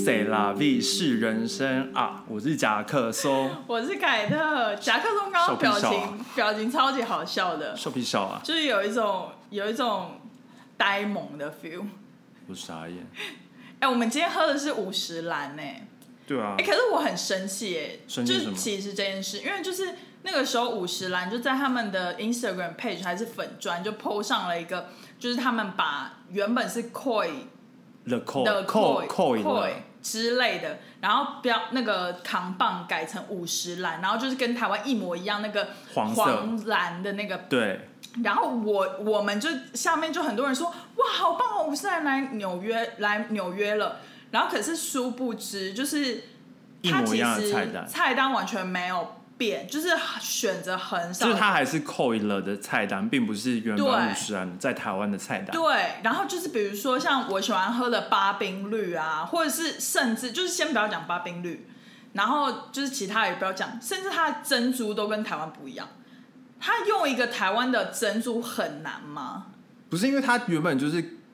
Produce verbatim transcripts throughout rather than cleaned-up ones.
C'est la vie 是人生啊！我是夹克松， 我是凯特。夹克松刚刚表情、啊、表情超级好笑的， 笑屁笑啊！ 就是有一种有一种呆萌的 feel。 我傻眼。 哎、欸，我们今天喝的是五十兰呢。 对啊。 哎、欸，可是我很生气哎， 生气什么？ 就是其实这件事，因为就是那个时候五十兰就在他们的 Instagram page 还是粉专就 po 上了一个，就是他们把原本是 Koi。The Koi Koi Koi 之类的，然后标那个扛棒改成五十兰，然后就是跟台湾一模一样那个黄蓝的那个。 对。 然后我我们就下面就很多人说哇好棒哦，五十兰来纽约来纽约了，然后可是殊不知就是它其实菜单完全没有。就是选择很少， 就是它还是Koi了的菜单，并不是原本五十兰在台湾的菜单。 对，然后就是比如说像我喜欢喝的八冰绿啊，或者是甚至就是先不要讲八冰绿，然后就是其他也不要讲，甚至它的珍珠都跟台湾不一样。它用一个台湾的珍珠很难吗？ 不是，因为它原本就是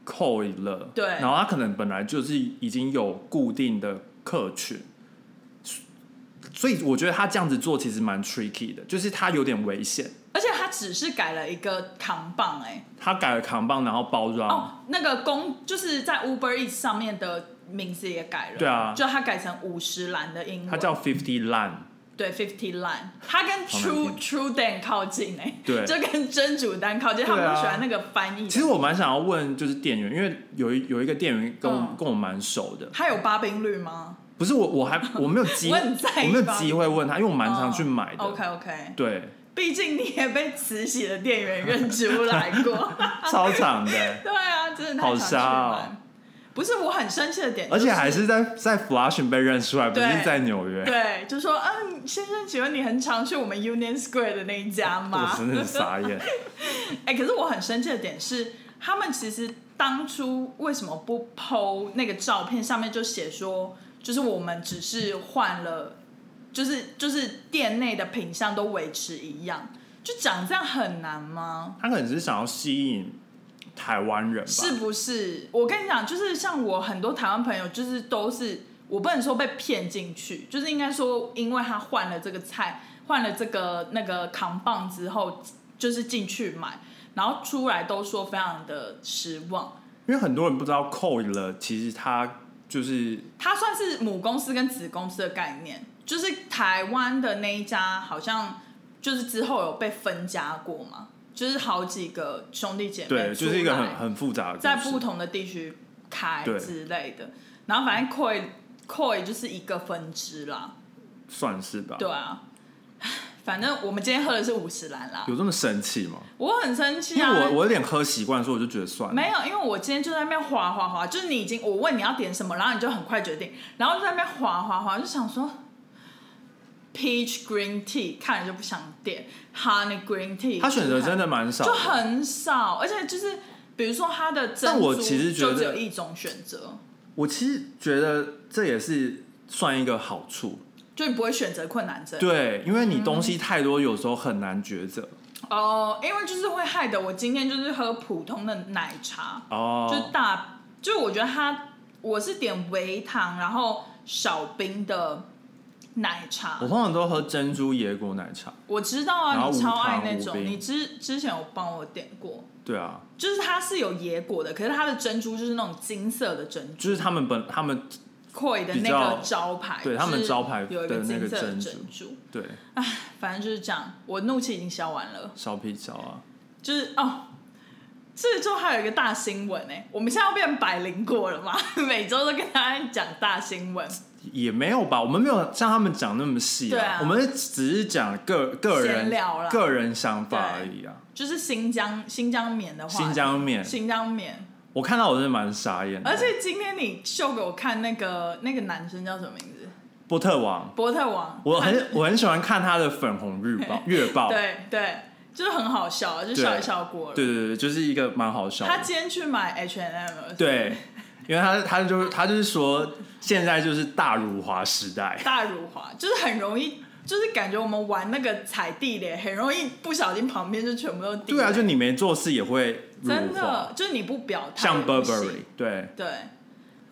Koi了， 对， 然后它可能本来就是已经有固定的客群。所以我觉得他这样子做其实蛮 tricky 的，就是他有点危险。 而且他只是改了一个扛棒、欸，哎， 他改了扛棒，然后包装。 哦，那个公就是在 Uber Eats 上面的名字也改了。 对啊， 就他改成五十兰的英文。 他叫 fifty lan。 对 ，fifty lan， 他跟 True True Dan 靠近哎、欸， 对， 就跟真主丹靠近，他们都喜欢那个翻译。 其实我蛮想要问，就是店员，因为有一有一个店员跟我、嗯、跟我蛮熟的。 他有八冰绿吗？ 不是我，我还我没有机，我, 我没有机会问他，因为我蛮常去买的。 Oh, OK OK。 对， 毕竟你也被慈禧的店员认出来过， 超长的。 对啊，真的太好瞎哦。 不是我很生气的点、就是， 而且还是在在 Flushing 被认出来，不是在纽约。 对，就说嗯，先生，请问你很常去我们 Union Square 的那一家吗？ 我真的傻眼。 哎、欸，可是我很生气的点是，他们其实当初为什么不 po 那个照片，上面就写说。就是我们只是换了，就是就是店内的品项都维持一样，就讲这样很难吗？ 他可能只是想要吸引台湾人吧？ 是不是？我跟你讲，就是像我很多台湾朋友，就是都是我不能说被骗进去，就是应该说，因为他换了这个菜，换了这个那个扛棒之后，就是进去买，然后出来都说非常的失望。 因为很多人不知道 Koi 了，其实他。就是它算是母公司跟子公司的概念，就是台湾的那一家好像就是之后有被分家过嘛，就是好几个兄弟姐妹， 对，就是一个很很复杂的， 在不同的地区开之类的，然后反正 Koi Koi 就是一个分支啦， 算是吧， 对啊。反正我们今天喝的是五十兰啦， 有这么生气吗？ 我很生气啊， 因为我我有点喝习惯，所以我就觉得算了。 没有，因为我今天就在那边滑滑滑，就是你已经我问你要点什么，然后你就很快决定，然后就在那边滑滑滑，就想说 peach green tea 看了就不想点 honey green tea， 他选择真的蛮少的， 就很少，而且就是比如说它的珍珠就只有一种选择。 我其实觉得这也是算一个好处。 就你不会选择困难症， 对，因为你东西太多，嗯、有时候很难抉择。 哦，因为就是会害得我今天就是喝普通的奶茶， 哦， 就大，就我觉得它，我是点微糖，然后少冰的奶茶。 我通常都喝珍珠椰果奶茶。 我知道啊，你超爱那种，你之之前有帮我点过。 对啊， 就是它是有椰果的，可是它的珍珠就是那种金色的珍珠， 就是他们本他们。 Koi 的那个招牌， 对他们招牌有一个金色的珍珠， 对， 唉，反正就是这样，我怒气已经消完了， 烧屁烧啊， 就是哦，这周还有一个大新闻哎，我们现在要变百灵果了吗？每周都跟大家讲大新闻， 也没有吧，我们没有像他们讲那么细、啊，对啊，我们只是讲个个人个人想法而已啊， 就是新疆新疆棉的话， 新疆棉， 新疆棉。 我看到我真的蛮傻眼的， 而且今天你秀给我看那个那个男生叫什么名字？ 波特王。 波特王， 我很我很喜欢看他的粉红日报月报， 对对，就是很好笑，就笑一笑过了。 对对对，就是一个蛮好笑的。 他今天去买 H and M， 对，因为他他就他就是说现在就是大辱华时代， 大辱华就是很容易。就是感觉我们玩那个踩地雷，很容易不小心旁边就全部都地雷。 对啊，就你没做事也会辱华。 真的，就是你不表态。 像 Burberry， 对对，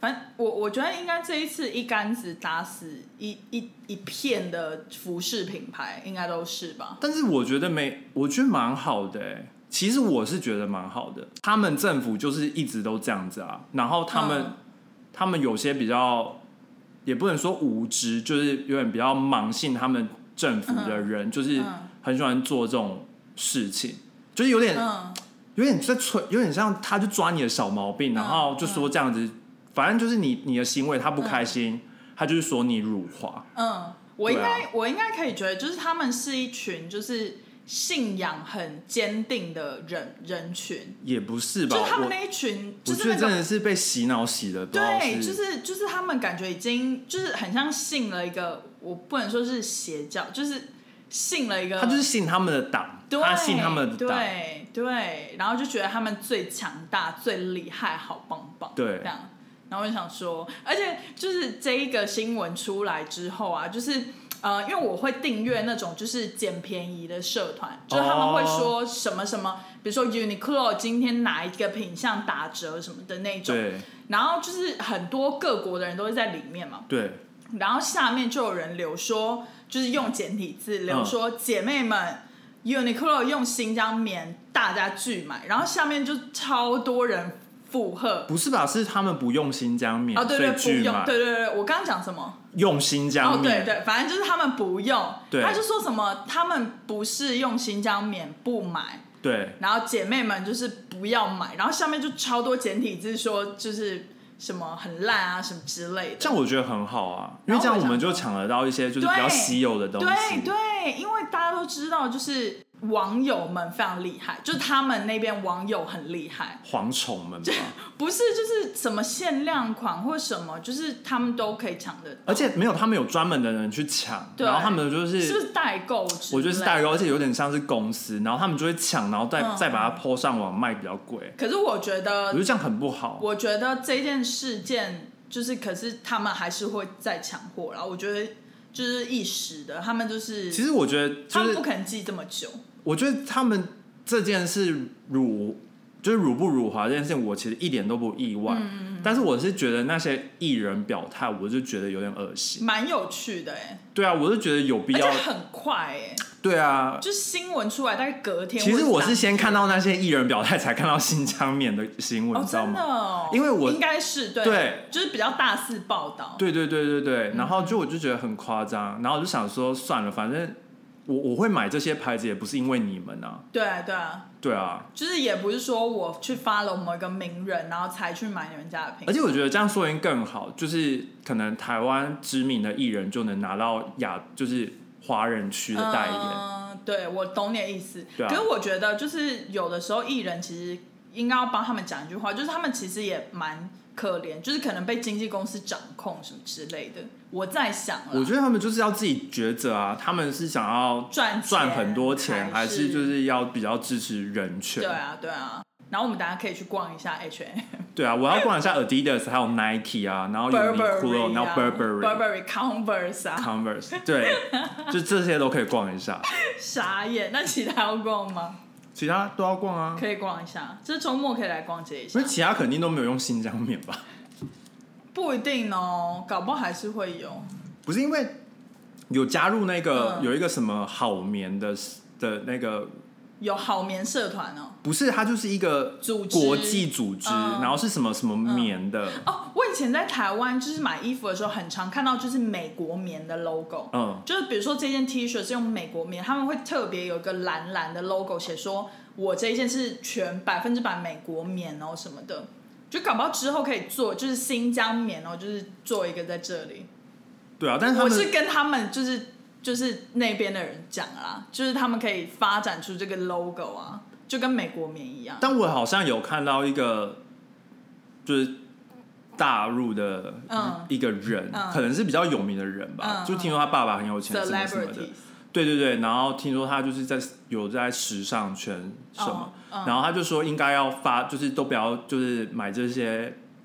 反正我我觉得应该这一次一竿子打死一一一片的服饰品牌，应该都是吧。 但是我觉得没，我觉得蛮好的哎。其实我是觉得蛮好的，他们政府就是一直都这样子啊。然后他们、嗯、他们有些比较，也不能说无知，就是有点比较盲信他们政府的人，嗯、就是很喜欢做这种事情，就是有点、嗯、有点在吹，有点像他就抓你的小毛病，然后就说这样子。嗯反正就是你你的行为他不开心，嗯、他就是说你辱华。 嗯，我应该、啊、我应该可以觉得，就是他们是一群就是信仰很坚定的人人群。 也不是吧？ 就他们那一群，就是、那我觉得真的是被洗脑洗的。 对，就是就是他们感觉已经就是很像信了一个，我不能说是邪教，就是信了一个。 他就是信他们的党，他信他们的党。 对对，然后就觉得他们最强大、最厉害，好棒棒。 对， 这样。然后我就想说，而且就是这一个新闻出来之后啊，就是呃，因为我会订阅那种就是捡便宜的社团，就是他们会说什么什么，比如说 Uniqlo 今天哪一个品项打折什么的那种， 对。 然后就是很多各国的人都是在里面嘛， 对。 然后下面就有人留说，就是用简体字留说、嗯、姐妹们 ，Uniqlo 用新疆棉，大家拒买，然后下面就超多人。附和不是吧？是他们不用新疆棉， 哦，对对， 所以拒买。 对对对，我刚刚讲什么？ 用新疆棉， 哦，对对，反正就是他们不用。 对， 他就说什么他们不是用新疆棉不买， 对， 然后姐妹们就是不要买，然后下面就超多简体字说就是什么很烂啊什么之类的。 这样我觉得很好啊，因为这样我们就抢得到一些就是比较稀有的东西。 对 对, 对，因为大家都知道就是。网友们非常厉害，就是他们那边网友很厉害， 蝗虫们吧， 不是就是什么限量款或什么，就是他们都可以抢得到， 而且没有他们有专门的人去抢，然后他们就是是不是代购？ 我觉得是代购，而且有点像是公司，然后他们就会抢，然后再、嗯、再把它 po 上网卖比较贵。 可是我觉得， 我觉得这样很不好。 我觉得这件事件就是，可是他们还是会再抢货，然后我觉得就是一时的，他们就是， 其实我觉得、就是、 他们不可能记这么久。 我觉得他们这件事辱，就是辱不辱华这件事情，我其实一点都不意外。嗯、但是我是觉得那些艺人表态，我就觉得有点恶心。 蛮有趣的哎。 对啊，我就觉得有必要。 而且很快哎。 对啊。 就新闻出来大概隔天。 其实我是先看到那些艺人表态，才看到新疆棉的新闻， 哦、 你知道吗？ 真的哦。 因为我应该是 对, 对， 就是比较大肆报道。 对对对对对，然后就我就觉得很夸张，然后我就想说算了，反正。我我会买这些牌子也不是因为你们啊， 对啊对啊对啊， 就是也不是说我去 follow 某一个名人，然后才去买你们家的品。 而且我觉得这样说应更好，就是可能台湾知名的艺人就能拿到亚就是华人区的代言。 嗯，对，我懂你的意思。 对啊， 可是我觉得就是有的时候艺人其实应该要帮他们讲一句话，就是他们其实也蛮可怜，就是可能被经纪公司掌控什么之类的。我在想， 我觉得他们就是要自己抉择啊，他们是想要赚赚很多钱，还是就是要比较支持人权？ 对啊，对啊。然后我们等一下可以去逛一下 H and M。对啊，我要逛一下 Adidas， 还有 Nike 啊，然后 Uniqlo， 然后 Burberry、Burberry、Converse 啊 ，Converse， 对，就这些都可以逛一下。 傻眼，那其他要逛吗？ 其他都要逛啊， 可以逛一下，这周末可以来逛街一下。 因为其他肯定都没有用新疆棉吧？ 不一定哦，搞不好还是会有。 不是因为有加入那个、 嗯、 有一个什么好棉的的那个有好棉社团哦？ 不是，它就是一个国际组织，嗯、然后是什么什么棉的、 嗯、哦。我以前在台湾就是买衣服的时候，很常看到就是美国棉的 logo， 嗯，就是比如说这件 T 恤是用美国棉，他们会特别有一个蓝蓝的 logo， 写说我这一件是全百分之百美国棉哦什么的。就搞不好之后可以做，就是新疆棉哦，就是做一个在这里。 对啊，但是他们我是跟他们就是就是那边的人讲啦，就是他们可以发展出这个 logo 啊，就跟美国棉一样。 但我好像有看到一个，就是大陆的一个人，嗯、可能是比较有名的人吧，嗯、就听说他爸爸很有钱，什么什么的。对对对，然后听说他就是在有在时尚圈什么， oh, uh. 然后他就说应该要发，就是都不要就是买这些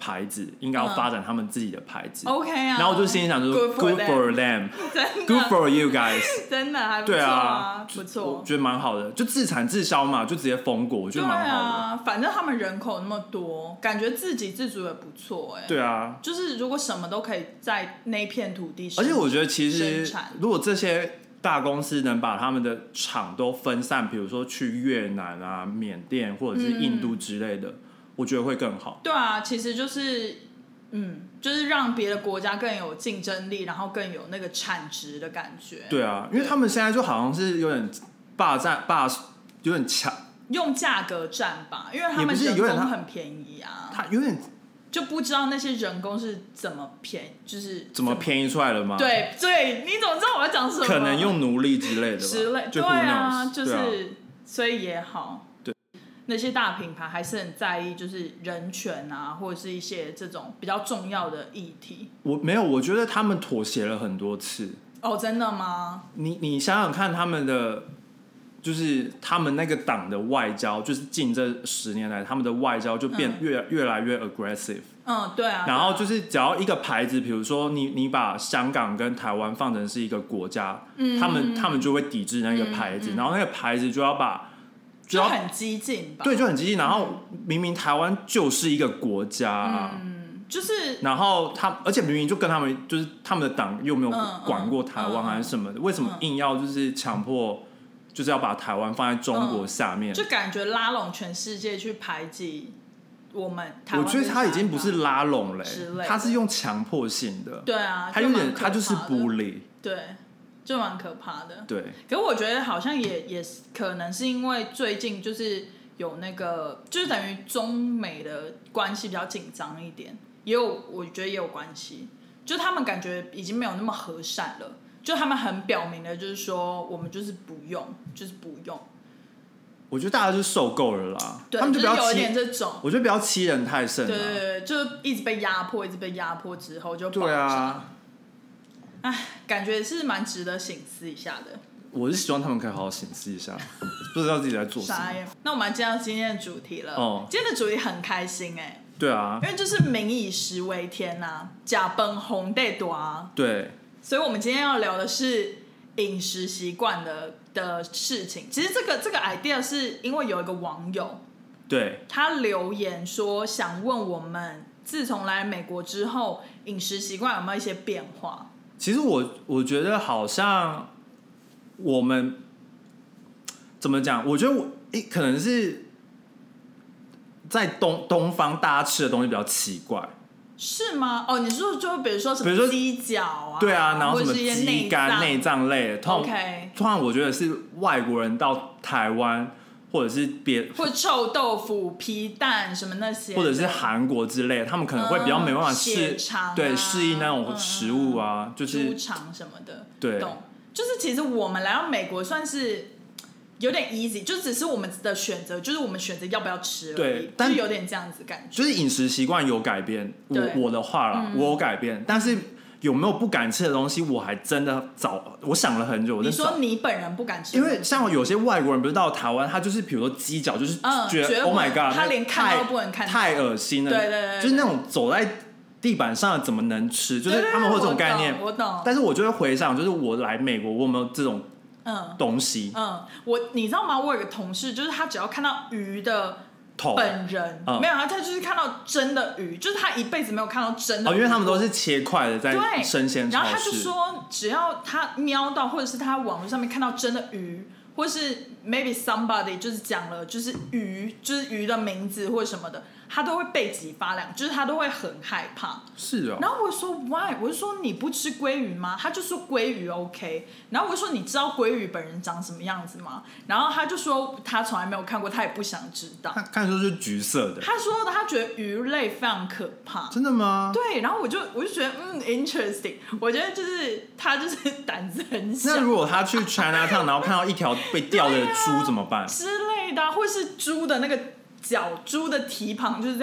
牌子应该要发展他们自己的牌子。 OK 啊。 然后我就心里想就是 Good for Good for them， 真的 Good for you guys， 真的还不错对啊，不错， 我觉得蛮好的，就自产自销嘛，就直接封过，我觉得蛮好的。 对啊，反正他们人口那么多，感觉自给自足也不错哎、欸。 对啊， 就是如果什么都可以在那片土地上， 而且我觉得其实生产， 如果这些大公司能把他们的厂都分散，比如说去越南啊、缅甸或者是印度之类的，嗯、我觉得会更好。 对啊，其实就是嗯，就是让别的国家更有竞争力，然后更有那个产值的感觉。 对啊，因为他们现在就好像是有点霸占霸，有点强， 用价格战吧，因为他们人工很便宜啊。 他有点。 就不知道那些人工是怎么便宜，就是怎么便宜出来的吗？ 对对，你怎么知道我要讲什么？ 可能用奴隶之类的吧， 之类， 就对啊，就是、 啊、 所以也好。 对， 那些大品牌还是很在意，就是人权啊，或者是一些这种比较重要的议题。 我没有，我觉得他们妥协了很多次。 哦，真的吗？ 你你想想看，他们的。就是他们那个党的外交，就是近这十年来，他们的外交就变越、嗯、越来越 aggressive。 嗯，对啊。 然后就是只要一个牌子，比如说你你把香港跟台湾放成是一个国家，嗯、他们他们就会抵制那个牌子，嗯嗯、然后那个牌子就要把就要很激进吧？ 对，就很激进。然后明明台湾就是一个国家、啊， 嗯，就是， 然后他而且明明就跟他们就是他们的党又没有管过台湾还是什么的，嗯嗯、为什么硬要就是强迫？就是要把台湾放在中国下面、嗯， 就感觉拉拢全世界去排挤我们台湾。 我觉得他已经不是拉拢了、欸，他是用强迫性的。 对啊， 他有点，他就是 bully。 对，就蛮可怕的。 对， 可是我觉得好像也也可能是因为最近就是有那个，就是等于中美的关系比较紧张一点，也有我觉得也有关系，就他们感觉已经没有那么和善了。就他们很表明的，就是说我们就是不用，就是不用。 我觉得大家就受够了啦， 对， 他们就不要欺， 就是有一点这种。 我觉得不要欺人太甚、啊。 对对对，就一直被压迫，一直被压迫之后就爆炸。 对啊。 哎，感觉是蛮值得省思一下的。 我是希望他们可以好好省思一下，不知道自己在做什么。 那我们进到今天的主题了。哦。今天的主题很开心哎、欸。 对啊。 因为就是民以食为天呐、啊，假崩红得多啊。 对。 所以我们今天要聊的是饮食习惯的的事情。其实这个这个 idea 是因为有一个网友， 对， 他留言说想问我们，自从来美国之后，饮食习惯有没有一些变化？ 其实我我觉得好像我们怎么讲？我觉得我诶，可能是在东东方大家吃的东西比较奇怪。 是吗？哦，你说就比如说什么鸡脚啊， 对啊，然后什么鸡肝、内脏类的，通常、okay. 通常我觉得是外国人到台湾，或者是别或者臭豆腐、皮蛋什么那些， 或者是韩国之类的，他们可能会比较没办法适、 嗯啊、 对适应那种食物啊， 嗯、 就是猪肠什么的， 对， 懂。就是其实我们来到美国算是有点 easy， 就只是我们的选择，就是我们选择要不要吃而已， 对，但就有点这样子感觉。 就是饮食习惯有改变，我我的话啦、嗯，我有改变，但是有没有不敢吃的东西，我还真的找，我想了很久。我你说你本人不敢吃， 因为像有些外国人不是到台湾，他就是比如说鸡脚，就是觉得、嗯、Oh my God， 他连看都不能看， 太恶心了。 对对 对, 對， 就是那种走在地板上怎么能吃，就是他们会有这种概念。 我懂，我懂。 但是我就会回想，就是我来美国，我有没有这种嗯东西？ 嗯，我你知道吗？我有个同事，就是他只要看到鱼的本人、嗯、没有，他就是看到真的鱼，就是他一辈子没有看到真的鱼、 哦，因为他们都是切块的在生鲜超市。 然后他就说，只要他瞄到，或者是他网络上面看到真的鱼，或是 maybe somebody 就是讲了就是鱼，就是鱼的名字或者什么的，他都会背脊发凉，就是他都会很害怕。 是啊、哦。 然后我就说 why？ 我就说你不吃鲑鱼吗？他就说鲑鱼 OK。然后我就说你知道鲑鱼本人长什么样子吗？然后他就说他从来没有看过，他也不想知道。 他看出是橘色的。 他说他觉得鱼类非常可怕。 真的吗？ 对。然后我就我就觉得嗯 interesting。我觉得就是他就是胆子很小。 那如果他去 Chinatown 然后看到一条被吊的猪怎么办？ 之类的、啊，或是猪的那个脚，猪的蹄膀就是这样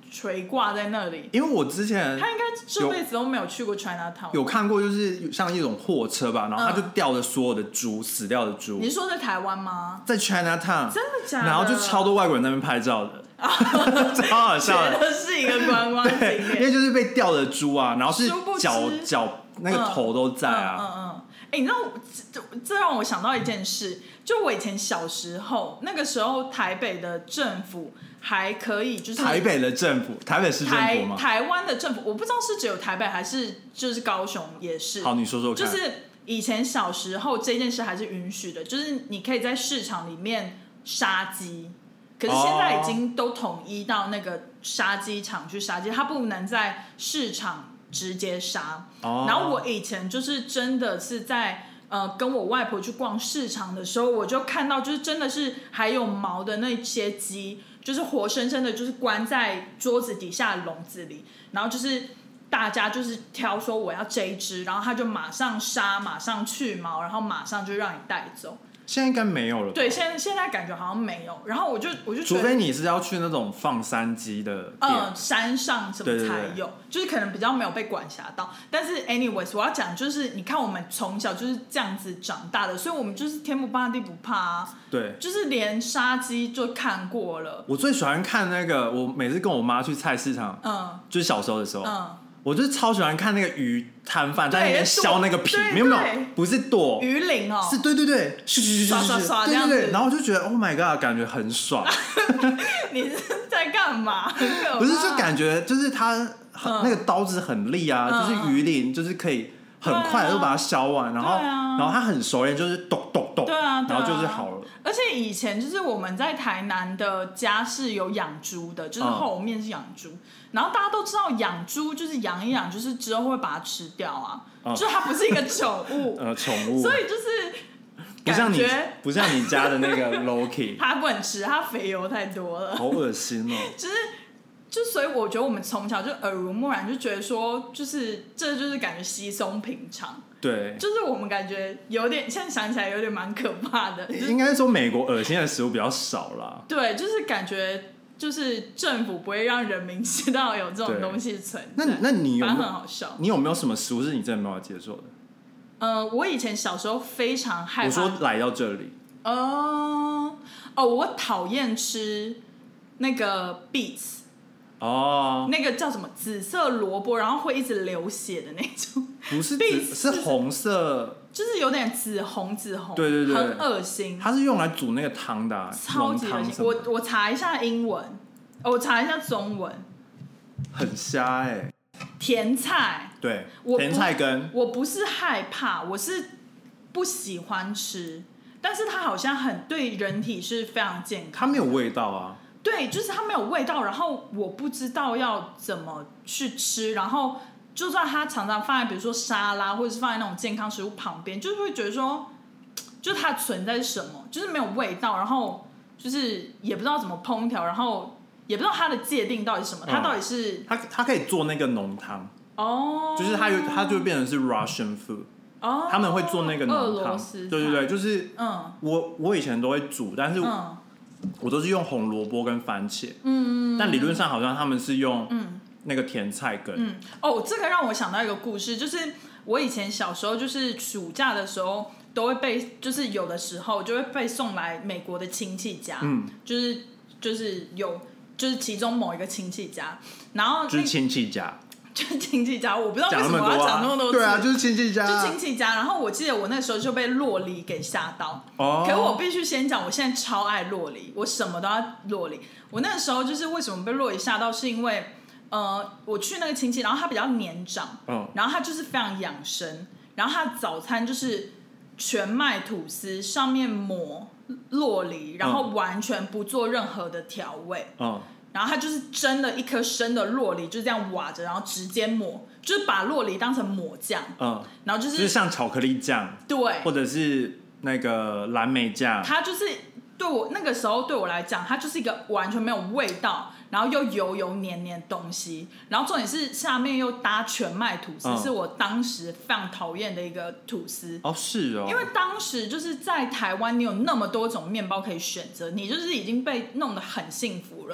垂挂在那里。 因为我之前他应该这辈子都没有去过 Chinatown。 有看过，就是像一种货车吧，然后他就吊着所有的猪，嗯、死掉的猪。 你是说在台湾吗？ 在 Chinatown， 真的假的？ 然后就超多外国人在那边拍照的，超好笑的。 觉得是一个观光景点， 因为就是被吊的猪啊，然后是脚脚那个头都在啊。 嗯嗯嗯。哎、欸，你知道这这让我想到一件事，就我以前小时候，那个时候台北的政府还可以，就是台北的政府，台北市政府吗？ 台湾的政府，我不知道是只有台北还是就是高雄也是。 好，你说说看。 就是以前小时候这件事还是允许的，就是你可以在市场里面杀鸡，可是现在已经都统一到那个杀鸡场去杀鸡，它不能在市场直接杀。Oh. 然后我以前就是真的是在呃跟我外婆去逛市场的时候，我就看到就是真的是还有毛的那些鸡，就是活生生的，就是关在桌子底下的笼子里，然后就是大家就是挑说我要这一只，然后他就马上杀，马上去毛，然后马上就让你带走。 现在应该没有了吧？ 对，现在现在感觉好像没有。然后我就我就觉得， 除非你是要去那种放山鸡的店， 嗯，山上什么才有，对对对，就是可能比较没有被管辖到。但是 anyways， 我要讲就是，你看我们从小就是这样子长大的，所以我们就是天不怕地不怕啊。 对， 就是连杀鸡就看过了。 我最喜欢看那个，我每次跟我妈去菜市场，嗯，就是小时候的时候，嗯。我就是超喜欢看那个鱼摊贩在那边削那个皮，没有没有，不是剁鱼鳞哦， 是对对对， 刷刷刷这样子， 对对对，然后我就觉得 Oh my God， 感觉很爽。 你是在干嘛？ 不是，就感觉就是它、嗯、那个刀子很利啊，嗯、就是鱼鳞，就是可以很快的就把它削完，然后、啊、然后它很熟练，就是咚咚咚， 对啊， 然后就是好了。 而且以前就是我们在台南的家是有养猪的，就是后面是养猪。嗯，然后大家都知道养猪就是养一养，就是之后会把它吃掉啊，哦、就是它不是一个宠物， 呃，宠物， 所以就是不像你不像你家的那个 Loki， 它不能吃，它肥油太多了， 好恶心哦。 就是就所以我觉得我们从小就耳濡目染，就觉得说就是这就是感觉稀松平常。 对， 就是我们感觉有点，现在想起来有点蛮可怕的。 应该说美国恶心的食物比较少啦。 对，就是感觉。就是政府不会让人民知道有这种东西存在。 那那你有没有很好笑？ 你有没有什么食物是你真的没有接受的？ 呃，我以前小时候非常害怕。 我说来到这里。 哦哦，我讨厌吃那个 beets。 哦。 那个叫什么紫色萝卜，然后会一直流血的那种。 不是紫，是红色。 就是有点紫红紫红， 对对对， 很恶心。 它是用来煮那个汤的、啊， 超级恶心。我我查一下英文，我查一下中文， 很瞎哎、欸。 甜菜， 对，甜菜根， 我不是害怕，我是不喜欢吃，但是它好像很对人体是非常健康。 它没有味道啊。 对，就是它没有味道，然后我不知道要怎么去吃，然后。就算它常常放在比如说沙拉，或者是放在那种健康食物旁边，就是会觉得说，就是它存在是什么，就是没有味道，然后就是也不知道怎么烹调，然后也不知道它的界定到底是什么，它到底是它它可以做那个浓汤哦，就是它它就变成是 Russian food 哦，他们会做那个浓汤，对对对，就是嗯，我我以前都会煮，但是我我都是用红萝卜跟番茄，嗯，但理论上好像他们是用嗯。那个甜菜根， 嗯，哦，这个让我想到一个故事，就是我以前小时候，就是暑假的时候，都会被，就是有的时候就会被送来美国的亲戚家，嗯，就是就是有，就是其中某一个亲戚家，然后就是亲戚家， 就是亲戚家，我不知道为什么我要讲那么多次， 对啊，就是亲戚家， 就亲戚家。然后我记得我那时候就被酪梨给吓到，哦，可是我必须先讲，我现在超爱酪梨，我什么都要酪梨。我那个时候就是为什么被酪梨吓到，是因为。呃，我去那个亲戚，然后他比较年长，嗯，然后他就是非常养生，然后他早餐就是全麦吐司，上面抹酪梨，然后完全不做任何的调味，嗯，然后他就是真的一颗生的酪梨就这样挖着，然后直接抹，就是把酪梨当成抹酱，嗯，然后就是就是像巧克力酱， 对， 或者是那个蓝莓酱， 它就是对我那个时候对我来讲，它就是一个完全没有味道。然后又油油黏黏东西，然后重点是下面又搭全麦吐司，嗯、是我当时非常讨厌的一个吐司。 哦，是哦。 因为当时就是在台湾，你有那么多种面包可以选择，你就是已经被弄得很幸福了。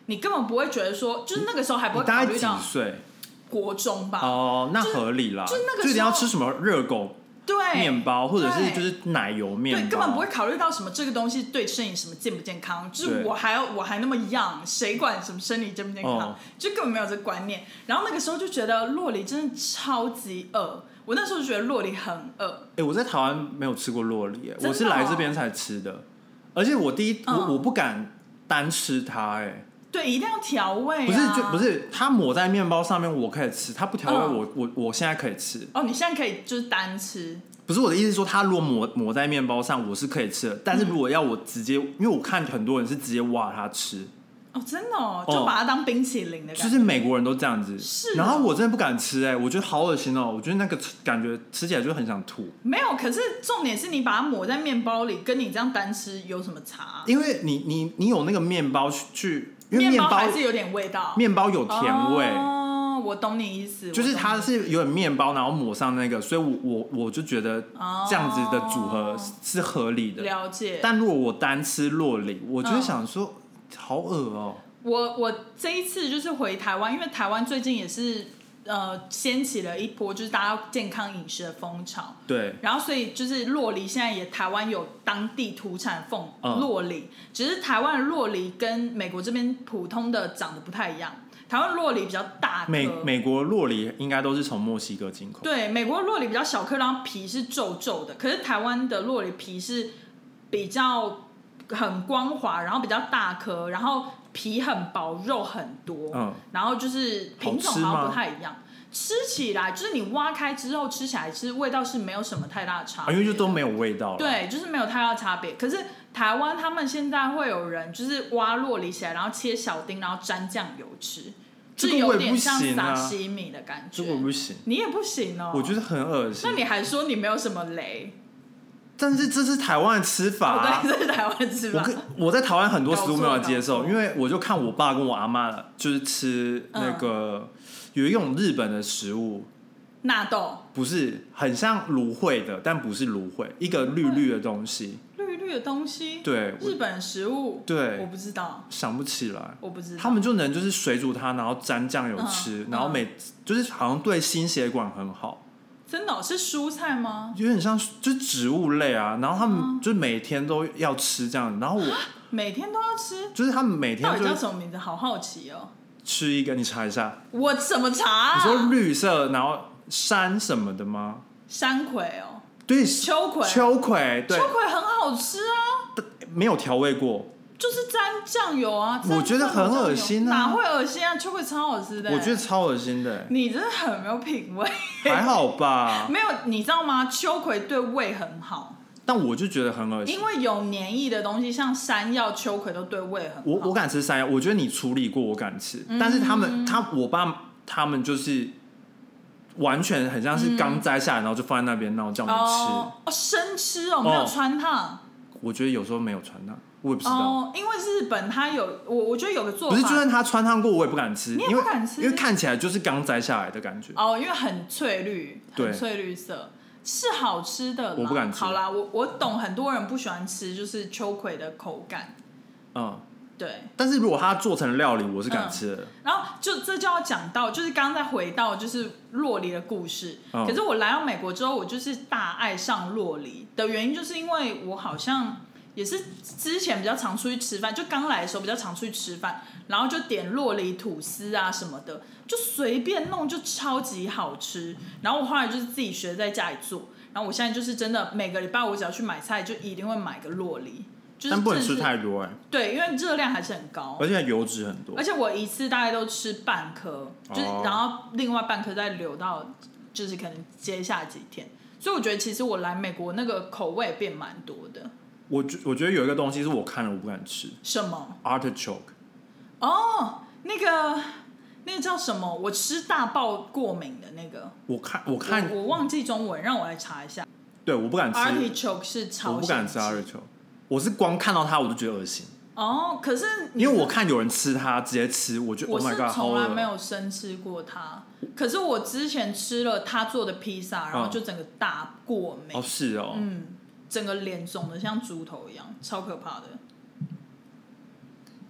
你根本不会觉得说，就是那个时候还不会考虑到。 你大概几岁？ 国中吧。 哦，那合理啦。 就那个时候就一定要吃什么热狗。 对， 面包或者是就是奶油面包， 对，根本不会考虑到什么这个东西对身体什么健不健康，就是我还要我还那么 young， 谁管什么身体健不健康，哦、就根本没有这个观念。然后那个时候就觉得酪梨真的超级饿，我那时候就觉得酪梨很饿。 哎、欸，我在台湾没有吃过酪梨、哦，我是来这边才吃的，而且我第一、嗯、我我不敢单吃它、欸，哎。 对，一定要调味、啊。 不是，就不是它抹在面包上面，我可以吃；它不调味，我、嗯、我我现在可以吃。 哦，你现在可以就是单吃。 不是我的意思是说，它如果抹抹在面包上，我是可以吃的。但是如果要我直接，因为我看很多人是直接挖它吃。 哦，真的哦，就把它当冰淇淋的感觉。 就是美国人都这样子。 是、哦。 然后我真的不敢吃、欸，哎，我觉得好恶心哦！我觉得那个感觉吃起来就很想吐。 没有，可是重点是你把它抹在面包里，跟你这样单吃有什么差、啊？ 因为你你你有那个面包去。因为面包还是有点味道， 面包有甜味。 哦，我懂你意思， 就是它是有点面包，然后抹上那个，所以我我我就觉得这样子的组合是合理的。 了解。 但如果我单吃酪梨，我就会想说，嗯、好恶哦、喔。 我我这一次就是回台湾，因为台湾最近也是呃掀起了一波就是大家健康饮食的风潮。 对。 然后所以就是酪梨现在也台湾有当地土产凤酪梨，嗯、只是台湾的酪梨跟美国这边普通的长得不太一样。台湾酪梨比较大颗， 美美国酪梨应该都是从墨西哥进口。 对，美国酪梨比较小颗，然后皮是皱皱的，可是台湾的酪梨皮是比较很光滑，然后比较大颗，然后皮很薄，肉很多，嗯，然后就是品种好像不太一样。吃起来就是你挖开之后吃起来，其实味道是没有什么太大的差别的、 啊，因为就都没有味道了。 对，就是没有太大的差别。可是台湾他们现在会有人就是挖酪梨起来，然后切小丁，然后沾酱油吃， 这个有点像沙西米的感觉。 这个我不行， 你也不行哦。 我觉得很恶心。 那你还说你没有什么雷？ 但是这是台湾的吃法、啊， 对，这是台湾的吃法。 我我在台湾很多食物没有接受，因为我就看我爸跟我阿嬷就是吃那个、嗯、有一种日本的食物。 纳豆不是很像芦荟的，但不是芦荟，一个绿绿的东西。 绿绿的东西， 对， 日本食物， 对， 我不知道， 想不起来， 我不知道。 他们就能就是水煮它，然后沾酱油吃，嗯、然后每、嗯、就是好像对心血管很好。 真的、哦、是蔬菜吗？ 有点像就是植物类啊，然后他们就每天都要吃这样，然后我每天都要吃， 就是他们每天就到底叫什么名字？好好奇哦。 吃一个，你查一下。 我怎么查、啊？ 你说绿色，然后山什么的吗？ 山葵哦， 对， 秋葵， 秋葵，对， 秋葵很好吃啊， 没有调味过。 就是沾酱油啊， 我觉得很恶心啊！ 哪会恶心啊？秋葵超好吃的、欸， 我觉得超恶心的、欸。 你真的很没有品味。 还好吧？ 没有，你知道吗？秋葵对胃很好， 但我就觉得很恶心， 因为有黏液的东西，像山药、秋葵都对胃很好。 我我敢吃山药，我觉得你处理过，我敢吃。嗯、但是他们，他我爸他们就是完全很像是刚摘下来，然后就放在那边，然后叫你吃。 哦，哦生吃哦，没有穿烫。 我觉得有时候没有穿烫，我也不知道。 哦，因为日本它有我，我觉得有个做法， 不是，就算它穿烫过，我也不敢吃。 你也不敢吃， 因为看起来就是刚摘下来的感觉。 哦，因为很翠绿，很翠绿色，是好吃的啦。 我不敢吃。 好啦，我我懂，很多人不喜欢吃，就是秋葵的口感。 嗯， 对。 但是如果它做成料理，我是敢吃的。嗯、 然后就这就要讲到，就是刚刚再回到就是酪梨的故事。嗯、可是我来到美国之后，我就是大爱上酪梨的原因，就是因为我好像。也是之前比较常出去吃饭，就刚来的时候比较常出去吃饭，然后就点酪梨吐司啊什么的，就随便弄就超级好吃。然后我后来就是自己学在家里做，然后我现在就是真的每个礼拜我只要去买菜，就一定会买个酪梨。就是、 但不能吃太多哎、欸。 对，因为热量还是很高， 而且油脂很多。 而且我一次大概都吃半颗，就是、哦、然后另外半颗再留到就是可能接下几天。所以我觉得其实我来美国那个口味变蛮多的。 我觉我觉得有一个东西是我看了我不敢吃。 什么 ？Artichoke。 哦，那个那个叫什么？我吃大爆过敏的那个。 我看我看我, 我忘记中文，让我来查一下。 对，我不敢吃。 Artichoke 是朝鲜鸡， 我不敢吃 Artichoke。我是光看到它我就觉得恶心。 哦，可是因为我看有人吃它直接吃，我觉得 Oh my God， 我是从来没有生吃过它。可是我之前吃了他做的披萨，然后就整个大过敏。 哦，是哦， 嗯。整个脸肿的像猪头一样，超可怕的。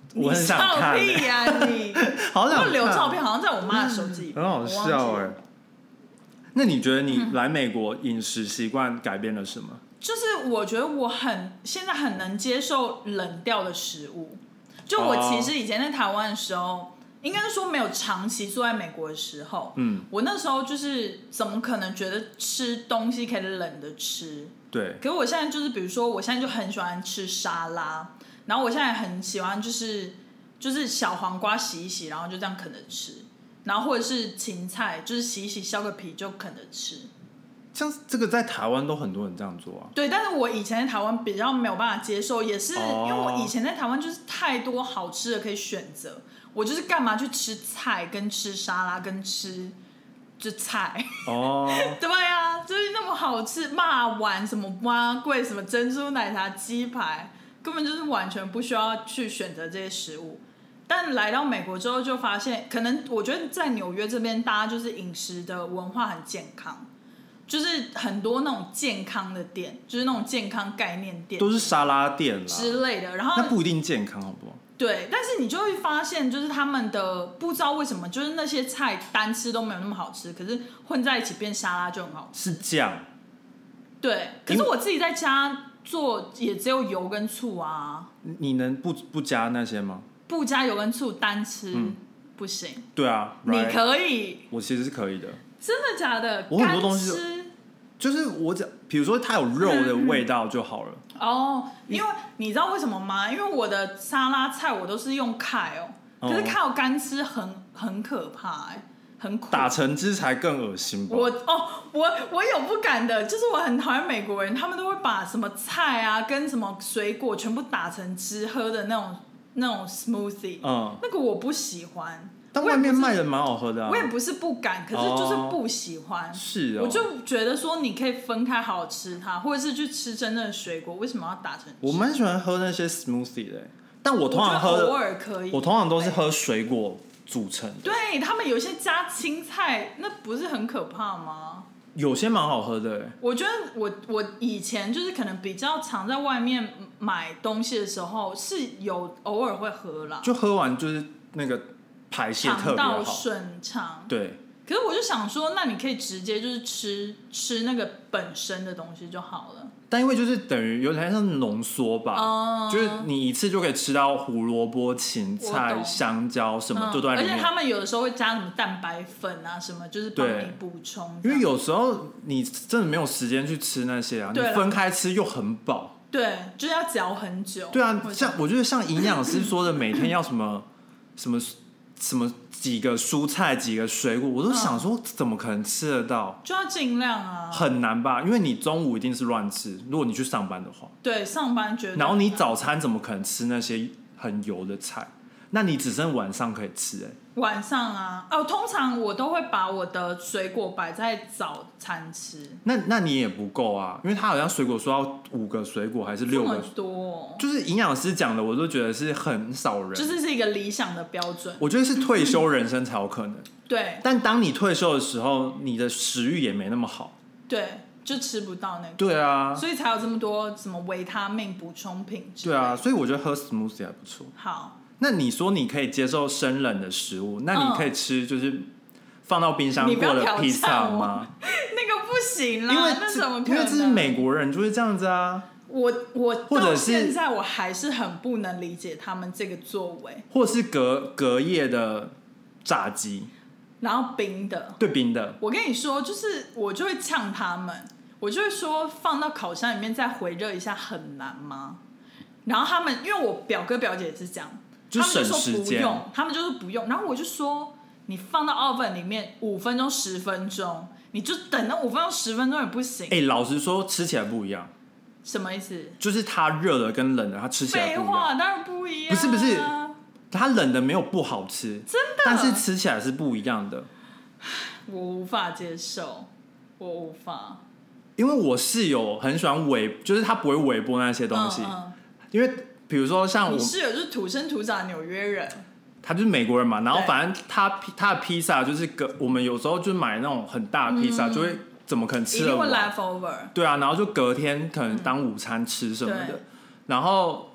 我很想看、欸。 你笑屁呀、啊、你！ 好想看。 留照片，好像在我妈的手机里、 嗯，很好笑哎、欸。那你觉得你来美国饮食习惯改变了什么？ 就是我觉得我很现在很能接受冷掉的食物。就我其实以前在台湾的时候，应该是说没有长期住在美国的时候，嗯，我那时候就是怎么可能觉得吃东西可以冷的吃？ 对。 可是我现在就是，比如说我现在就很喜欢吃沙拉，然后我现在很喜欢就是就是小黄瓜洗一洗，然后就这样啃着吃，然后或者是芹菜就是洗一洗削个皮就啃着吃。 像这个在台湾都很多人这样做啊。 对，但是我以前在台湾比较没有办法接受，也是因为我以前在台湾就是太多好吃的可以选择，我就是干嘛去吃菜跟吃沙拉跟吃就菜哦，对啊，就是那么好吃，骂丸什么蛙桂什么珍珠奶茶鸡排，根本就是完全不需要去选择这些食物。但来到美国之后就发现，可能我觉得在纽约这边大家就是饮食的文化很健康。就是很多那种健康的店，就是那种健康概念店， 都是沙拉店啦之类的。然后那不一定健康，好不好？ 对，但是你就会发现，就是他们的不知道为什么，就是那些菜单吃都没有那么好吃，可是混在一起变沙拉就很好吃。 是酱。 对，可是我自己在家做也只有油跟醋啊。 你能不不加那些吗？ 不加油跟醋单吃、嗯、不行。 对啊， right? 你可以。 我其实是可以的。 真的假的？ 我很多东西就是我只比如说它有肉的味道就好了。 哦，因为你知道为什么吗？因为我的沙拉菜我都是用凯哦，可是凯哦干吃很很可怕哎、欸，很苦。 打成汁才更恶心吧？ 我哦，我我有不敢的，就是我很讨厌美国人，他们都会把什么菜啊跟什么水果全部打成汁喝的那种那种 smoothie， 嗯，那个我不喜欢。 但外面卖的蛮好喝的啊。 我也不是不敢，可是就是不喜欢。哦、 是哦。 我就觉得说你可以分开好好吃它，或者是去吃真正的水果，为什么要打成汁？ 我蛮喜欢喝那些 smoothie 的，但我通常喝偶尔可以。 我通常都是喝水果组成的。 对，他们有些加青菜，那不是很可怕吗？ 有些蛮好喝的。 我觉得我我以前就是可能比较常在外面买东西的时候，是有偶尔会喝啦。 就喝完就是那个。排泄特别好， 肠道顺畅。 对， 可是我就想说，那你可以直接就是吃吃那个本身的东西就好了。 但因为就是等于有点像浓缩吧，嗯、就是你一次就可以吃到胡萝卜、芹菜、香蕉什么，就都在里面、 嗯。而且他们有的时候会加什么蛋白粉啊，什么就是帮你补充。 因为有时候你真的没有时间去吃那些啊，你分开吃又很饱。 对，就是要嚼很久。 对啊，像我觉得像营养师说的，每天要什么什么。什么几个蔬菜几个水果，我都想说怎么可能吃得到？ 就要尽量啊， 很难吧？因为你中午一定是乱吃，如果你去上班的话。 对，上班绝对。 然后你早餐怎么可能吃那些很油的菜？那你只剩晚上可以吃哎、欸。 晚上啊，哦，通常我都会把我的水果摆在早餐吃。 那那你也不够啊，因为他好像水果说要五个水果还是六个， 这么多、哦， 就是营养师讲的，我都觉得是很少人， 就是是一个理想的标准。 我觉得是退休人生才有可能。 对， 但当你退休的时候，你的食欲也没那么好。 对，就吃不到那个。 对啊， 所以才有这么多什么维他命补充品。 对啊，所以我觉得喝 smoothie 还不错。 好。 那你说你可以接受生冷的食物，那你可以吃就是放到冰箱过的披萨吗？ 那个不行啦， 因为那怎么可能？ 因为这是美国人就是这样子啊。 我我到现在我还是很不能理解他们这个作为， 或者是隔隔夜的炸鸡， 然后冰的， 对冰的。 我跟你说，就是我就会呛他们，我就会说放到烤箱里面再回热一下很难吗？然后他们因为我表哥表姐也是这样。 就省时间， 他们就说不用，然后我就说你放到 oven 里面五分钟、十分钟，你就等那五分钟、十分钟也不行。 哎、欸，老实说，吃起来不一样。 什么意思？ 就是它热的跟冷的，它吃起来不一样。 废话，当然不一样、啊。 不是不是，它冷的没有不好吃， 真的， 但是吃起来是不一样的。 我无法接受，我无法。 因为我室友很喜欢微，就是他不会微波那些东西，嗯嗯因为。比如说像我， 你室友就是土生土长的纽约人， 他就是美国人嘛，然后反正他他的披萨就是隔我们有时候就买那种很大的披萨、嗯，就会怎么可能吃得完？ 一定会 leftover。 对啊，然后就隔天可能当午餐吃什么的，嗯、然后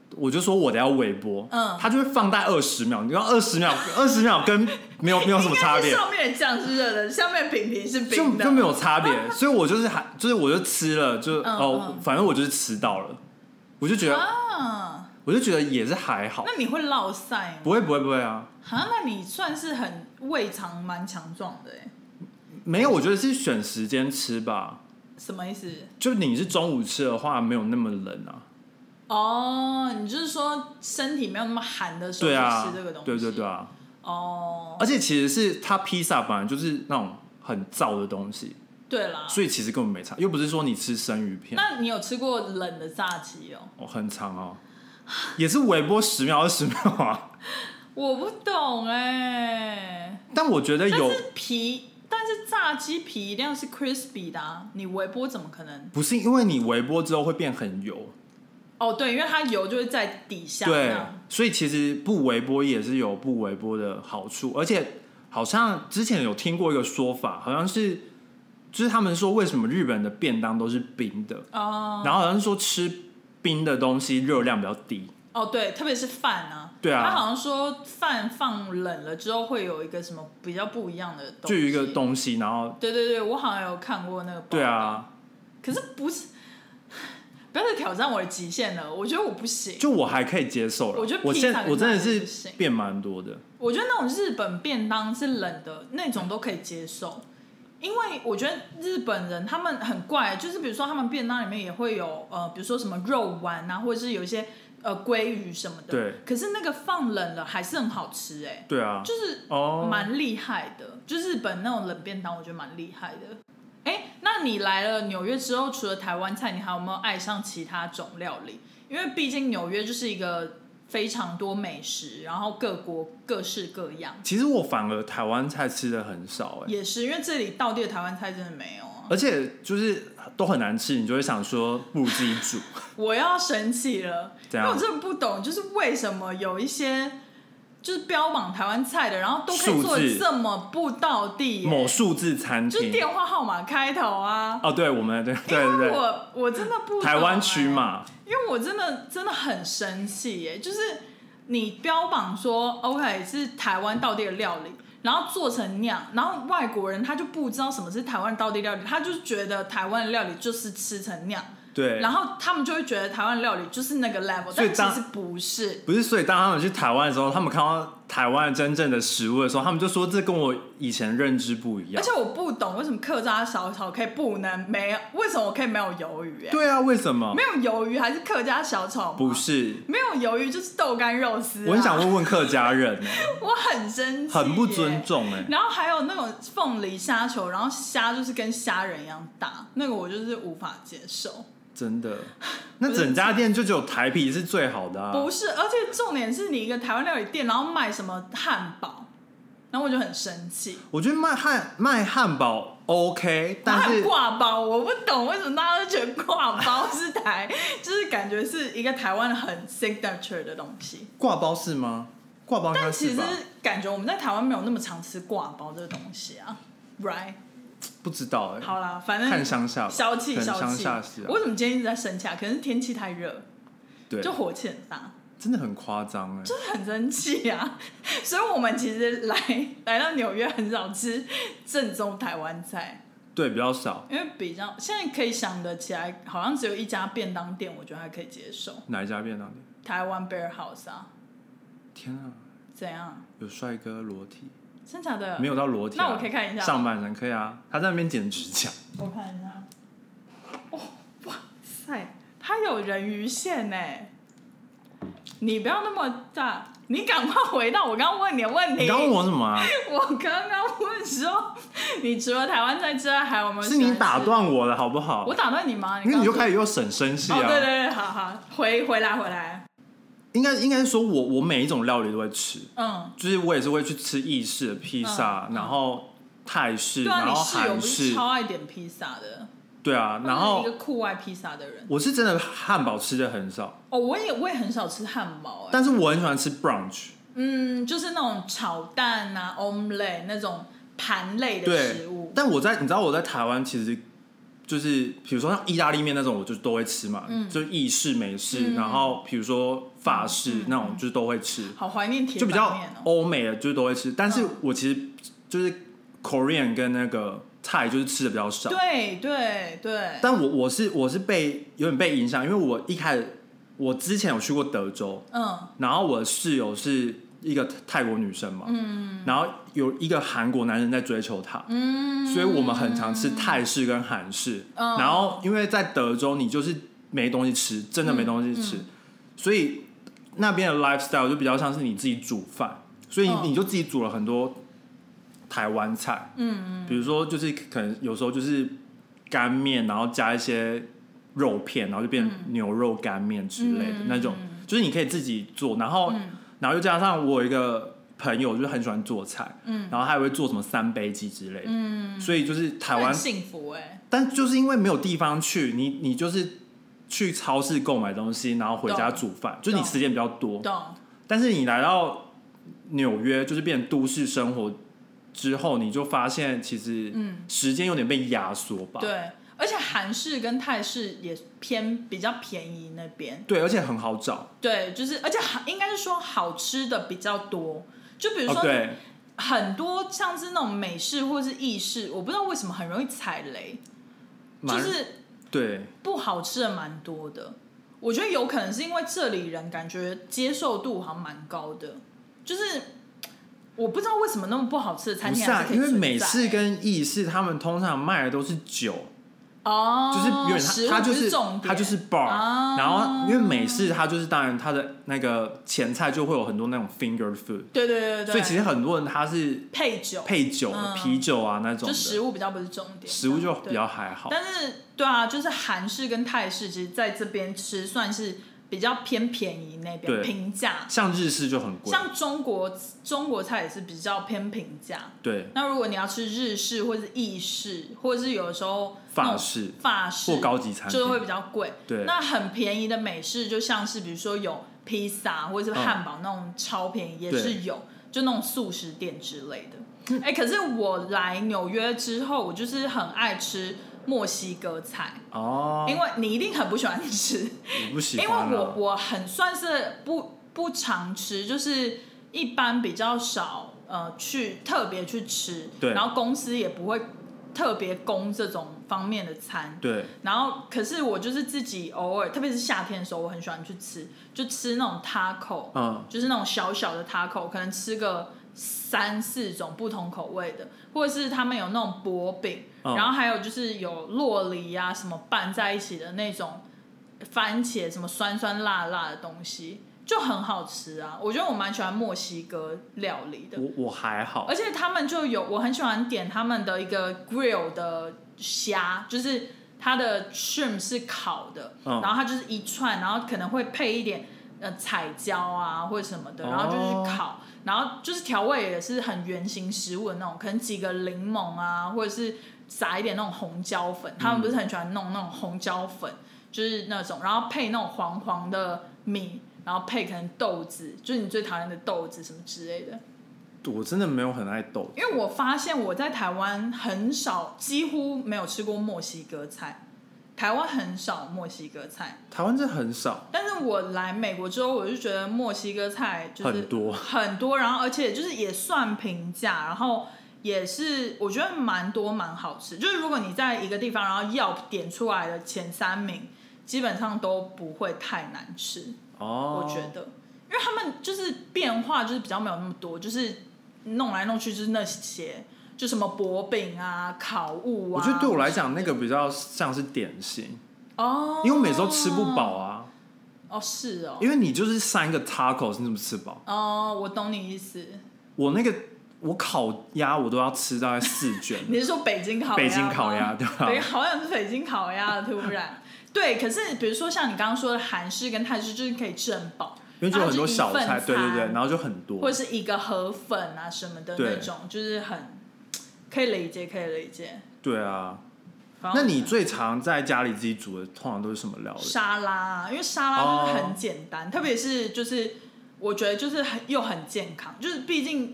我就说我的要微波， 嗯， 它就会放大二十秒，你看二十秒，二十秒跟没有没有什么差别。 上面的酱是热的，下面饼皮是冰的， 就就没有差别。所以我就是还就是我就吃了，就、 嗯、 哦、 嗯， 反正我就是吃到了，我就觉得， 啊、 我就觉得也是还好。 那你会落腮吗？ 不会不会不会啊。 啊，那你算是很胃肠蛮强壮的哎。 没有，我觉得是选时间吃吧。 什么意思？ 就你是中午吃的话，没有那么冷啊。 哦，你就是说身体没有那么寒的时候吃这个东西？ 对对对啊。 哦。 而且其实是它披萨本来就是那种很燥的东西。 对啦。 所以其实根本没差，又不是说你吃生鱼片。 那你有吃过冷的炸鸡哦？ 哦，很长哦，也是微波十秒二十秒啊。 我不懂哎。 但我觉得有， 但是皮。但是炸鸡皮一定要是 crispy 的啊，你微波怎么可能？ 不是因为你微波之后会变很油。 哦，对，因为它油就会在底下。 对，所以其实不微波也是有不微波的好处，而且好像之前有听过一个说法，好像是就是他们说为什么日本的便当都是冰的，哦，然后好像是说吃冰的东西热量比较低。 哦，对，特别是饭啊。 对啊， 他好像说饭放冷了之后会有一个什么比较不一样的东西， 就有一个东西，然后对对对，我好像有看过那个报道。 对啊， 可是不是，不要再挑战我的极限了，我觉得我不行。 就我还可以接受了， 我觉得我现我真的是变蛮多的。 我觉得那种日本便当是冷的那种都可以接受，因为我觉得日本人他们很怪，就是比如说他们便当里面也会有呃，比如说什么肉丸啊，或者是有一些。呃，鲑鱼什么的， 对， 可是那个放冷了还是很好吃哎、欸， 对啊， 就是蛮厉害的， oh. 就日本那种冷便当，我觉得蛮厉害的。哎、欸，那你来了纽约之后，除了台湾菜，你还有没有爱上其他种料理？因为毕竟纽约就是一个非常多美食，然后各国各式各样。 其实我反而台湾菜吃的很少哎、欸， 也是因为这里道地的台湾菜真的没有啊， 而且就是都很难吃，你就会想说不如自己煮。 我要生气了，因为我真的不懂，就是为什么有一些就是标榜台湾菜的，然后都可以做得这么不道地、欸， 某数字餐厅， 就是电话号码开头啊。 哦，对，我们对对对对， 我我真的不懂、欸、 台湾区嘛， 因为我真的真的很生气耶、欸，就是你标榜说 OK 是台湾道地的料理。然后做成那样，然后外国人他就不知道什么是台湾道地料理，他就觉得台湾的料理就是吃成那样。 对， 然后他们就会觉得台湾料理就是那个 level， 但其实不是。 不是，所以当他们去台湾的时候，他们看到台湾真正的食物的时候，他们就说这跟我以前认知不一样。 而且我不懂为什么客家小炒可以不能没有，为什么我可以没有鱿鱼、欸？ 对啊，为什么没有鱿鱼还是客家小炒吗？ 不是， 没有鱿鱼就是豆干肉丝、啊。 我很想问问客家人、欸， 我很生气、欸， 很不尊重哎、欸。 然后还有那种凤梨虾球，然后虾就是跟虾仁一样大，那个我就是无法接受。 真的，那整家店就只有台啤是最好的啊！ 不是，而且重点是你一个台湾料理店，然后卖什么汉堡，然后我就很生气。 我觉得卖汉卖汉堡 OK， 但是挂包我不懂为什么大家都觉得挂包是台，就是感觉是一个台湾很 signature 的东西。 挂包是吗？挂包应该是吧？ 但其实感觉我们在台湾没有那么常吃挂包这个东西啊 ，right？ 不知道哎、欸。 好啦，反正看乡下， 消气消气。 乡下是啊。 我为什么今天一直在生气啊？可能是天气太热， 对， 就火气很大， 真的很夸张哎， 就是很生气啊。所以我们其实来来到纽约很少吃正宗台湾菜， 对，比较少， 因为比较现在可以想得起来，好像只有一家便当店，我觉得还可以接受。 哪一家便当店？ 台湾 Bear House 啊。 天啊！ 怎样？ 有帅哥裸体？ 真假的？ 没有到裸体、啊， 那我可以看一下上半身可以啊，他在那边剪指甲。 我看一下。哦，哇塞，他有人鱼线呢！你不要那么大，你赶快回到我刚刚问你的问题。 你刚问我什么啊？ 我刚刚问说，你除了台湾菜之外，还有没有？ 是你打断我了，好不好？ 我打断你吗？你因为你就开始又省生气啊！ 哦，对对对，好好，回回来回来。 应该应该说我我每一种料理都会吃， 嗯， 就是我也是会去吃意式的披萨、嗯嗯，然后泰式， 对啊、 然后韩式。 你室友不是超爱点披萨的？ 对啊，然后一个酷爱披萨的人。 我是真的汉堡吃的很少。 哦，我也我也很少吃汉堡、欸， 但是我很喜欢吃 brunch。 嗯，就是那种炒蛋啊 omelette 那种盘类的食物。 但我在你知道我在台湾其实就是比如说像意大利面那种，我就都会吃嘛，嗯、就意式、美式，嗯、然后比如说法式、嗯、那种，就是都会吃。 好怀念铁板面哦，就比较欧美的，就是都会吃。但是我其实就是 Korean 跟那个泰就是吃的比较少。 对对对。 但我我是我是被有点被影响，因为我一开始我之前有去过德州，嗯，然后我的室友是一个泰国女生嘛，嗯，然后有一个韩国男人在追求她，嗯，所以我们很常吃泰式跟韩式，嗯，然后因为在德州你就是没东西吃，真的没东西吃，嗯嗯、所以那边的 lifestyle 就比较像是你自己煮饭，所以你就自己煮了很多台湾菜，嗯嗯，比如说就是可能有时候就是干面，然后加一些肉片，然后就变牛肉干面之类的、嗯、那种，就是你可以自己做，然后。嗯然后又加上我有一个朋友，就是很喜欢做菜，嗯，然后他还会做什么三杯鸡之类的，嗯，所以就是台湾很幸福哎、欸， 但就是因为没有地方去，你你就是去超市购买东西，然后回家煮饭，就是你时间比较多，但是你来到纽约，就是变成都市生活之后，你就发现其实时间有点被压缩吧， 对。而且韩式跟泰式也偏比较便宜那边， 对，而且很好找， 对，就是而且应该是说好吃的比较多，就比如说、哦、 对很多像是那种美式或是意式，我不知道为什么很容易踩雷，就是对不好吃的蛮多的。我觉得有可能是因为这里人感觉接受度好像蛮高的，就是我不知道为什么那么不好吃的餐厅还是可以存在、 不是啊，因为美式跟意式他们通常卖的都是酒。 哦， 就是有点它就是它就是 bar，、 啊、 然后因为美式它就是当然它的那个前菜就会有很多那种 finger food， 对对对对， 所以其实很多人他是配酒配酒、 嗯、 啤酒啊那种的， 就食物比较不是重点， 食物就比较还好。 但是对啊，就是韩式跟泰式，其实在这边吃算是比较偏便宜那边，平价。 像日式就很贵， 像中国中国菜也是比较偏平价。 对。 那如果你要吃日式或是意式，或者是有的时候法式、 法式或高级餐厅， 就会比较贵。 对。 那很便宜的美式，就像是比如说有披萨或者是汉堡、嗯、那种超便宜，也是有，就那种素食店之类的。哎、欸，可是我来纽约之后，我就是很爱吃墨西哥菜哦，因为你一定很不喜欢吃， 我不喜欢、啊， 因为我我很算是不不常吃，就是一般比较少呃去特别去吃， 对， 然后公司也不会特别供这种方面的餐， 对， 然后可是我就是自己偶尔，特别是夏天的时候，我很喜欢去吃，就吃那种 taco， 嗯，就是那种小小的 taco， 可能吃个三四种不同口味的，或者是他们有那种薄饼。嗯、然后还有就是有酪梨啊什么拌在一起的那种番茄什么酸酸辣辣的东西，就很好吃啊！我觉得我蛮喜欢墨西哥料理的。 我我还好， 而且他们就有我很喜欢点他们的一个 grill 的虾，就是它的 shrimp 是烤的，嗯、然后它就是一串，然后可能会配一点呃彩椒啊或者什么的，然后就去烤。哦，然后就是调味也是很原型食物的那种，可能几个柠檬啊，或者是撒一点那种红椒粉，他们不是很喜欢弄那种红椒粉，就是那种，然后配那种黄黄的米，然后配可能豆子，就是你最讨厌的豆子什么之类的。 我真的没有很爱豆子， 因为我发现我在台湾很少，几乎没有吃过墨西哥菜。台湾很少墨西哥菜， 台湾真的很少。 但是我来美国之后，我就觉得墨西哥菜就是很多很多，然后而且就是也算平价，然后也是我觉得蛮多蛮好吃。就是如果你在一个地方，然后要点出来的前三名，基本上都不会太难吃。哦，我觉得，因为他们就是变化就是比较没有那么多，就是弄来弄去就是那些。就什么薄饼啊、烤物啊， 我觉得对我来讲，那个比较像是点心哦，因为我每次都吃不饱啊。 哦，是哦， 因为你就是三个 taco， 你怎么吃饱？ 哦，我懂你意思。 我那个我烤鸭我都要吃大概四卷。 你是说北京烤鸭？ 北京烤鸭对吧？ 对，好想吃北京烤鸭突然。对，可是比如说像你刚刚说的韩式跟泰式，就是可以吃很饱。 因为就有很多小菜，对对对，然后就很多， 或者是一个河粉啊什么的那种，就是很。可以理解，可以理解。 对啊，那你最常在家里自己煮的，通常都是什么料理？ 沙拉，因为沙拉就是很简单， oh. 特别是就是我觉得就是很又很健康，就是毕竟也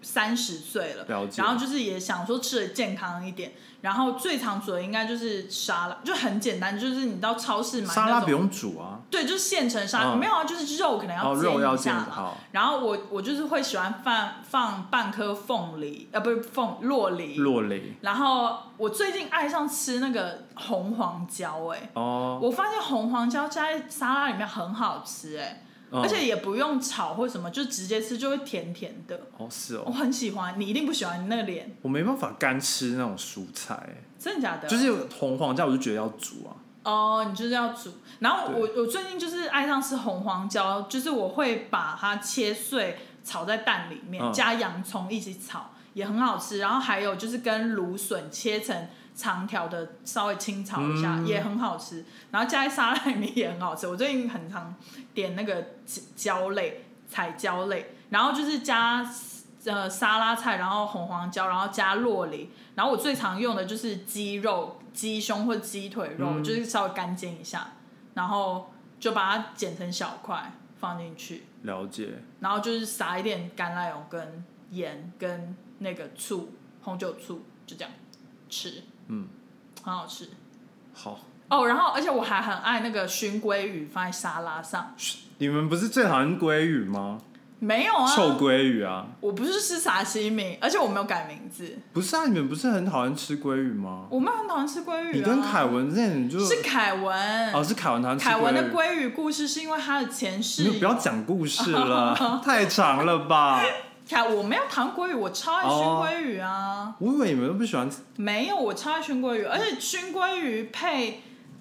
三十岁了， 了解。 然后就是也想说吃的健康一点，然后最常煮的应该就是沙拉，就很简单，就是你到超市买那种沙拉不用煮啊， 对，就是现成沙拉，嗯、没有啊，就是肉可能要煎一下嘛。 哦、 然后我我就是会喜欢放放半颗凤梨，呃，不是凤酪梨， 酪梨。 然后我最近爱上吃那个红黄椒、欸，哎， 哦， 我发现红黄椒加在沙拉里面很好吃、欸，哎。而且也不用炒或什么，就直接吃就会甜甜的。 哦，是哦， 我很喜欢，你一定不喜欢，你那个脸。 我没办法干吃那种蔬菜， 真的假的？ 就是红黄椒，我就觉得要煮啊。 哦，你就是要煮。然后我我最近就是爱上吃红黄椒，就是我会把它切碎炒在蛋里面，嗯、加洋葱一起炒，也很好吃。然后还有就是跟芦笋切成长条的，稍微清炒一下、嗯、也很好吃。然后加在沙拉里面也很好吃。我最近很常点那个椒类、彩椒类，然后就是加呃沙拉菜，然后红黄椒，然后加酪梨。然后我最常用的就是鸡肉、鸡胸或鸡腿肉，嗯、就是稍微干煎一下，然后就把它剪成小块放进去。 了解。 然后就是撒一点橄榄油跟盐跟那个醋、红酒醋，就这样吃。嗯，很好吃。 好。 哦，然后而且我还很爱那个熏鲑鱼放在沙拉上。 你们不是最讨厌鲑鱼吗？ 没有啊， 臭鲑鱼啊！ 我不是吃沙西米，而且我没有改名字。 不是啊，你们不是很讨厌吃鲑鱼吗？ 我没有很讨厌吃鲑鱼、啊。 你跟凯文之前就是凯文哦，是凯文讨厌吃鲑鱼。 凯文的鲑鱼故事是因为他的前世。 你不要讲故事了，太长了吧？ 凯，我没有讨厌鲑鱼，我超爱熏鲑鱼啊！ 哦、我以为你们都不喜欢吃。 没有，我超爱熏鲑鱼，而且熏鲑鱼配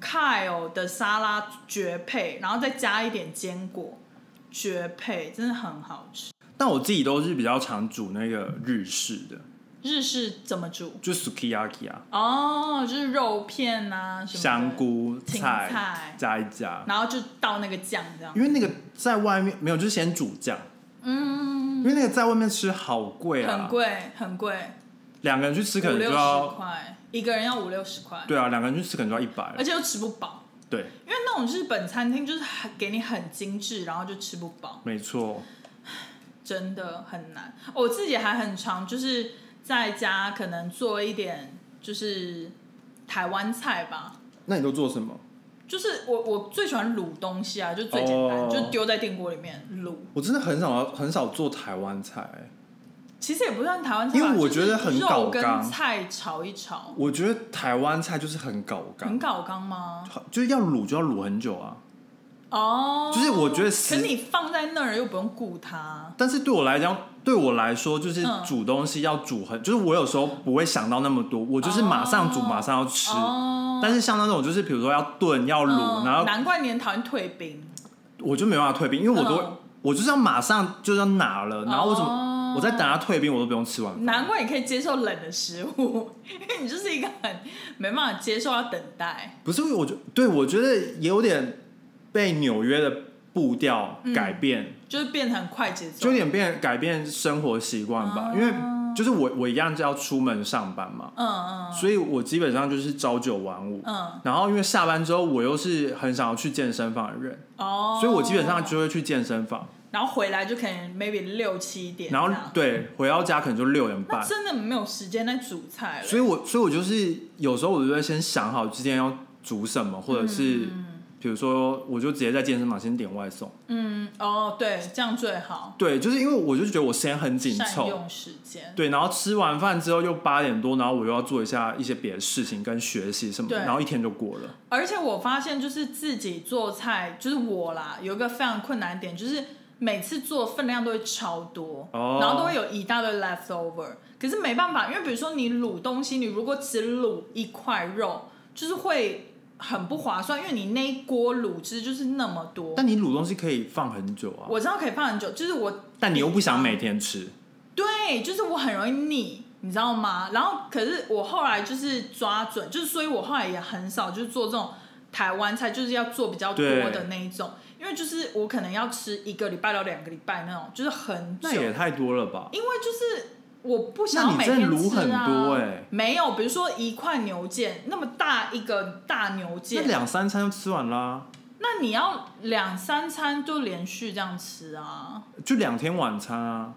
Kyle 的沙拉绝配，然后再加一点坚果，绝配，真的很好吃。 但我自己都是比较常煮那个日式的。 日式怎么煮？ 就 sukiyaki 啊。 哦，就是肉片啊，什么香菇、 菜, 菜加一加， 然后就倒那个酱这样。 因为那个在外面没有，就是先煮酱。嗯。因为那个在外面吃好贵啊。 很贵，很贵。 两个人去吃可能就要五六十块，一个人要五六十块。 对啊，两个人去吃可能就要一百， 而且又吃不饱。 对。 因为那种日本餐厅就是给你很精致，然后就吃不饱。 没错。 真的很难，我自己还很常就是在家可能做一点就是台湾菜吧。 那你都做什么？ 就是我我最喜欢卤东西啊，就最简单， oh, 就丢在电锅里面卤。 我真的很少很少做台湾菜、欸， 其实也不算台湾菜， 因为我觉得很搞纲，肉跟菜炒一炒。 我觉得台湾菜就是很搞纲， 很搞纲吗？ 就是要卤就要卤很久啊。 哦、oh, 就是我觉得， 可是你放在那儿又不用顾它。 但是对我来讲，对我来说，就是煮东西要煮很，嗯、就是我有时候不会想到那么多，我就是马上煮， oh, 马上要吃。Oh, 但是像那种就是比如说要炖要卤，嗯、然后难怪你很讨厌退冰， 我就没办法退冰，因为我都、嗯、我就是要马上就要拿了，然后我怎么、oh, 我再等它退冰，我都不用吃完饭。 难怪你可以接受冷的食物，因为你就是一个很没办法接受要等待。 不是，我觉对我觉得也有点。被纽约的步调改变、嗯， 就是变得很快节奏， 就有点变改变生活习惯吧、嗯。因为就是我我一样就要出门上班嘛，嗯嗯，所以我基本上就是朝九晚五，嗯。然后因为下班之后，我又是很想要去健身房的人，哦，所以我基本上就会去健身房， 然后回来就可能 maybe 六七点， 然后对回到家可能就六点半， 那真的没有时间在煮菜了。 所以我所以我就是有时候我就会先想好今天要煮什么，或者是。嗯比如说，我就直接在健身房先点外送。 嗯，哦，对，这样最好。 对，就是因为我就觉得我时间很紧凑， 善用时间。 对，然后吃完饭之后又八点多，然后我又要做一下一些别的事情跟学习什么的，然后一天就过了。 而且我发现，就是自己做菜，就是我啦，有一个非常困难的点，就是每次做分量都会超多，哦、然后都会有一大堆 leftover。可是没办法，因为比如说你卤东西，你如果只卤一块肉，就是会。很不划算，因为你那一锅卤汁就是那么多。 但你卤东西可以放很久啊。 我知道可以放很久，就是我。 但你又不想每天吃。 对，就是我很容易腻，你知道吗？然后可是我后来就是抓准，就是所以我后来也很少就是做这种台湾菜，就是要做比较多的那一种，因为就是我可能要吃一个礼拜到两个礼拜那种，就是很久。 那也太多了吧？ 因为就是。我不想要每天吃啊， 那你真的卤很多欸。 没有，比如说一块牛腱那么大一个大牛腱， 那两三餐就吃完啦。 那你要两三餐就连续这样吃啊？ 就两天晚餐啊。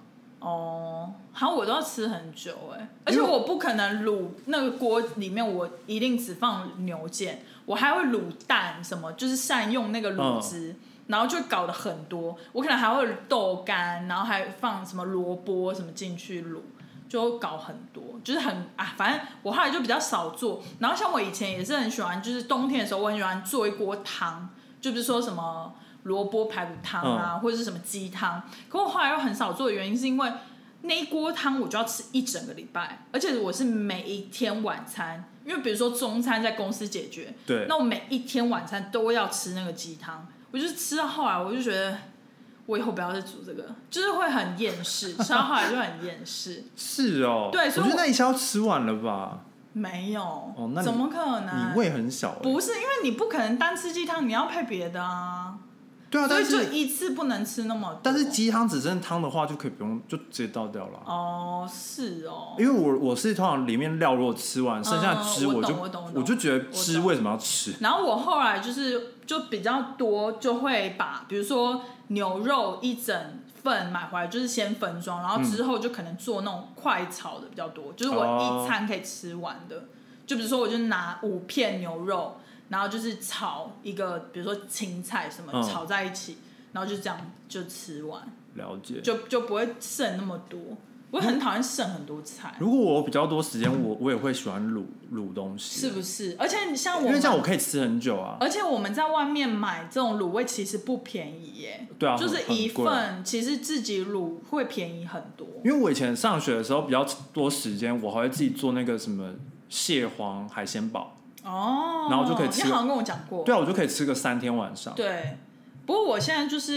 哦，好，我都要吃很久哎，而且我不可能卤那个锅里面，我一定只放牛腱，我还会卤蛋什么，就是善用那个卤汁。嗯，然后就搞得很多，我可能还会豆干，然后还放什么萝卜什么进去卤，就搞很多，就是很啊，反正我后来就比较少做。然后像我以前也是很喜欢，就是冬天的时候我很喜欢做一锅汤，就比如说什么萝卜排骨汤啊，嗯、或者是什么鸡汤。可我后来又很少做的原因是因为那一锅汤我就要吃一整个礼拜，而且我是每一天晚餐，因为比如说中餐在公司解决， 对， 那我每一天晚餐都要吃那个鸡汤。我就吃到后来，我就觉得我以后不要再煮这个，就是会很厌世，吃到后来就很厌世。 是哦， 对，所以我觉得那一下要吃完了吧？ 没有， 哦，那怎么可能？ 你胃很小、欸， 不是因为你不可能单吃鸡汤，你要配别的啊。 对啊， 所以就一次不能吃那么多。 但是鸡汤只剩汤的话，就可以不用，就直接倒掉了。 哦，是哦。 因为我我是通常里面料如果吃完，剩下汁我就、 嗯、我懂我懂我就觉得汁为什么要吃？ 然后我后来就是就比较多，就会把比如说牛肉一整份买回来，就是先分装，然后之后就可能做那种快炒的比较多，嗯、就是我一餐可以吃完的。哦、就比如说我就拿五片牛肉。然后就是炒一个，比如说青菜什么、嗯、炒在一起，然后就这样就吃完。 了解。 就就不会剩那么多，我很讨厌剩很多菜。 如果我比较多时间，我我也会喜欢卤卤东西。 是不是？而且像我们， 因为这样我可以吃很久啊。 而且我们在外面买这种卤味其实不便宜耶。 对啊， 就是一份其实自己卤会便宜很多。 因为我以前上学的时候比较多时间，我还会自己做那个什么蟹黄海鲜堡。 哦， 然后就可以吃， 你好像跟我讲过。 对啊，我就可以吃个三天晚上。 对，不过我现在就是，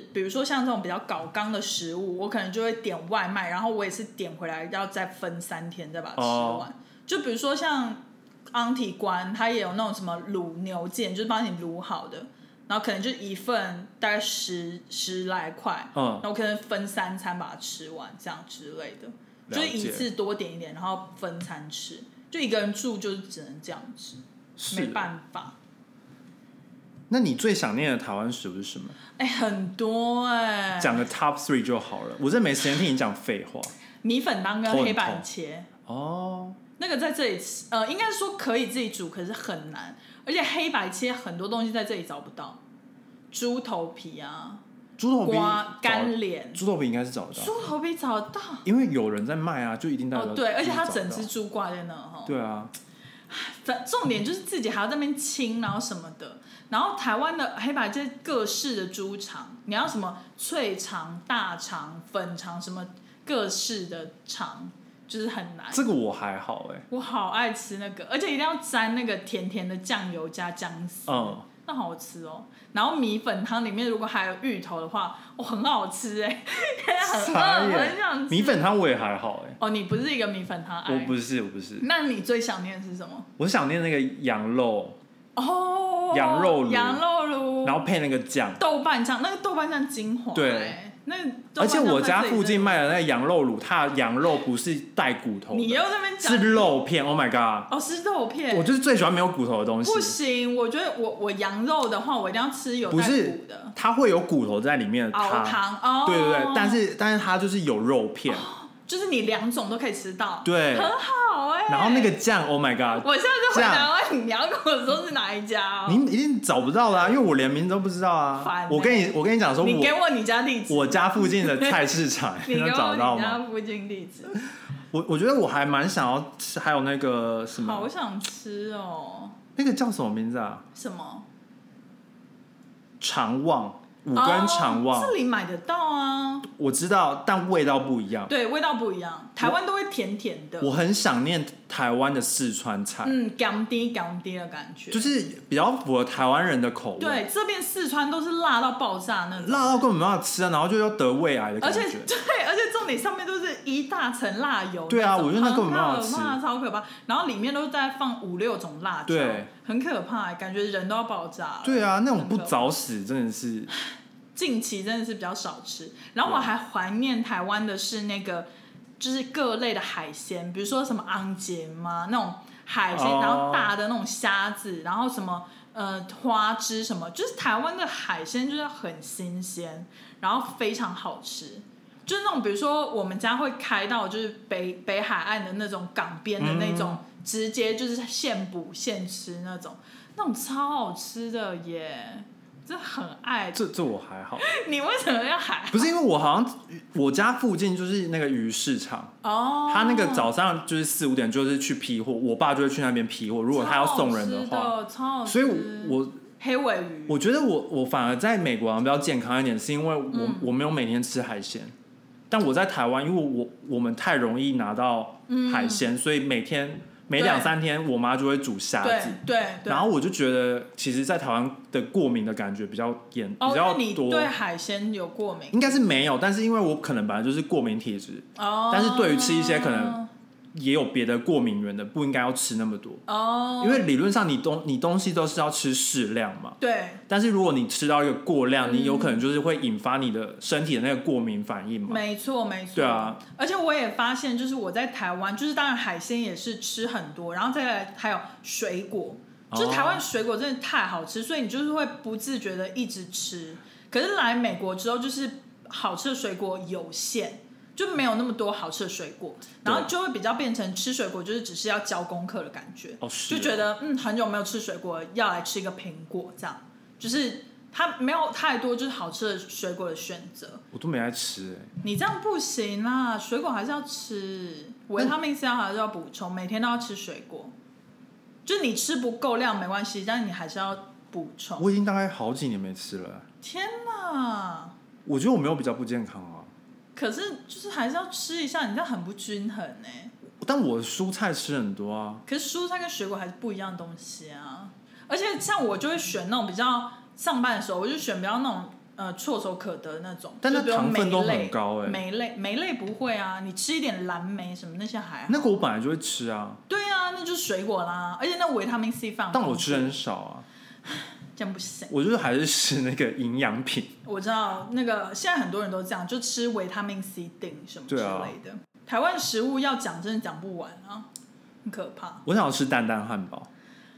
比如说像这种比较搞纲的食物，我可能就会点外卖，然后我也是点回来要再分三天再把它吃完。哦、就比如说像昂体关，它也有那種什麼滷牛腱，就是幫你滷好的，然後可能就一份大概十十來塊，嗯，然後可能分三餐把它吃完，這樣之類的，就是一次多點一點，然後分餐吃。就一個人住就是只能這樣子，沒辦法。 那你最想念的台灣食物是什麼？ 哎、欸，很多哎、欸。講個 top three 就好了，我真沒時間聽你講廢話。 米粉湯跟黑白切。 哦。 那個在這裡吃，呃，應該說可以自己煮，可是很難。而且黑白切很多東西在這裡找不到，豬頭皮啊。 豬頭皮、 乾蓮， 豬頭皮應該是找得到。 豬頭皮找得到， 因為有人在賣啊，就一定代表。 哦，對，而且它整隻豬掛在那哈。 對啊。 重點就是自己還要在那邊清，然後什麼的。然後台灣的黑白切各式的豬腸，你要什麼脆腸、大腸、粉腸，什麼各式的腸，就是很難。 這個我還好哎、欸。 我好愛吃那個，而且一定要沾那個甜甜的醬油加薑絲。嗯。那好好吃哦，然後米粉湯裡面如果還有芋頭的話，哦，很好吃哎，很餓，很想吃。 米粉湯我也還好哎。 哦，你不是一個米粉湯愛？ 我不是，我不是。 那你最想念的是什麼？ 我想念那個羊肉。 哦。 羊肉爐。 羊肉爐。 然後配那個醬。 豆瓣醬，那個豆瓣醬精華。 對。 那而且我家附近賣的那個羊肉爐，它的羊肉不是帶骨頭的， 你又在那邊講是肉片。Oh my god！ 哦，是肉片。 我就是最喜歡沒有骨頭的東西。 不行，我覺得我我羊肉的話，我一定要吃有帶骨的。不是， 它會有骨頭在裡面的湯。 熬湯哦。對對對， 但是但是它就是有肉片。哦， 就是你兩種都可以吃到。 對。 很好哎、欸。 然後那個醬 ，Oh my god！ 我現在就回台灣，你要跟我說是哪一家哦？ 你一定找不到啦、啊，因為我連名都不知道啊。 煩欸、 我跟你我跟你講說， 你給我你家地址。 我家附近的菜市場， 你能找到嗎？ 你家附近地址。 我我覺得我還蠻想要吃，還有那個什麼？ 好想吃哦。 那個叫什麼名字啊？ 什麼？ 腸旺。五根腸旺， 這裡買得到啊。 我知道，但味道不一樣。 對，味道不一樣。台灣都會甜甜的。我， 我很想念台灣的四川菜。 嗯，甘滴甘滴的感覺。 就是比較符合台灣人的口味。 對，這邊四川都是辣到爆炸那種。 辣到根本沒辦法吃啊，然後就要得胃癌的感覺。 而且對，而且重點上面都是一大層辣油。 對啊，我覺得那根本沒辦法吃。 很可怕，超可怕。然後裡面都在放五六種辣椒。對。很可怕，感覺人都要爆炸了。 對啊，那種不早死真的是。 近期真的是比較少吃，然後我還懷念台灣的是那個，就是各類的海鮮，比如說什麼昂節嘛，那種海鮮，然後大的那種蝦子，然後什麼呃花枝什麼，就是台灣的海鮮就是很新鮮，然後非常好吃。 就是那种比如说我们家会开到就是北北海岸的那种港边的那种，嗯、直接就是现捕现吃那种，那种超好吃的耶。这很爱这这我还好。 你为什么要还好？ 不是因为我好像我家附近就是那个鱼市场哦，他那个早上就是四五点就是去批货，我爸就会去那边批货。如果他要送人的话， 超好吃， 所以我，我黑尾鱼， 我觉得我我反而在美国好像比较健康一点，是因为我、嗯、我没有每天吃海鲜，但我在台湾，因为我我们太容易拿到海鲜、嗯，所以每天。每两三天，我妈就会煮虾子， 对 对, 对。 然后我就觉得，其实，在台湾的过敏的感觉比较严，哦、比较多。 你对海鲜有过敏？ 应该是没有，但是因为我可能本来就是过敏体质，哦。但是对于吃一些可能也有别的过敏源的，不应该要吃那么多哦。因为理论上你东你东西都是要吃适量嘛， 对。 但是如果你吃到一个过量，嗯、你有可能就是会引发你的身体的那个过敏反应嘛。 没错，没错。 对啊。 而且我也发现，就是我在台湾，就是当然海鲜也是吃很多，然后再来还有水果，就是台湾水果真的太好吃，所以你就是会不自觉的一直吃。可是来美国之后，就是好吃的水果有限。就没有那么多好吃的水果，然后就会比较变成吃水果就是只是要交功课的感觉， 哦、 就觉得嗯很久没有吃水果，要来吃一个苹果，这样就是它没有太多就是好吃的水果的选择。 我都没爱吃哎、欸， 你这样不行啦，水果还是要吃，维他命 C 还是要补充，每天都要吃水果。就是你吃不够量没关系，但是你还是要补充。 我已经大概好几年没吃了。 天哪！ 我觉得我没有比较不健康啊。 可是就是还是要吃一下，你这样很不均衡哎、欸。 但我蔬菜吃很多啊。 可是蔬菜跟水果还是不一样的东西啊。而且像我就会选那种比较上班的时候，我就选比较那种呃唾手可得的那种。 但那糖分都很高哎、欸。 莓类莓类不会啊，你吃一点蓝莓什么那些还好。 那个我本来就会吃啊。 对啊，那就是水果啦，而且那维他命 C 放。 但我吃很少啊。 这样不行， 我就是还是吃那个营养品。 我知道那个现在很多人都这样，就吃维他命 C 锭什么之类的。啊、台湾食物要讲真的讲不完啊，很可怕。 我想要吃蛋蛋汉堡，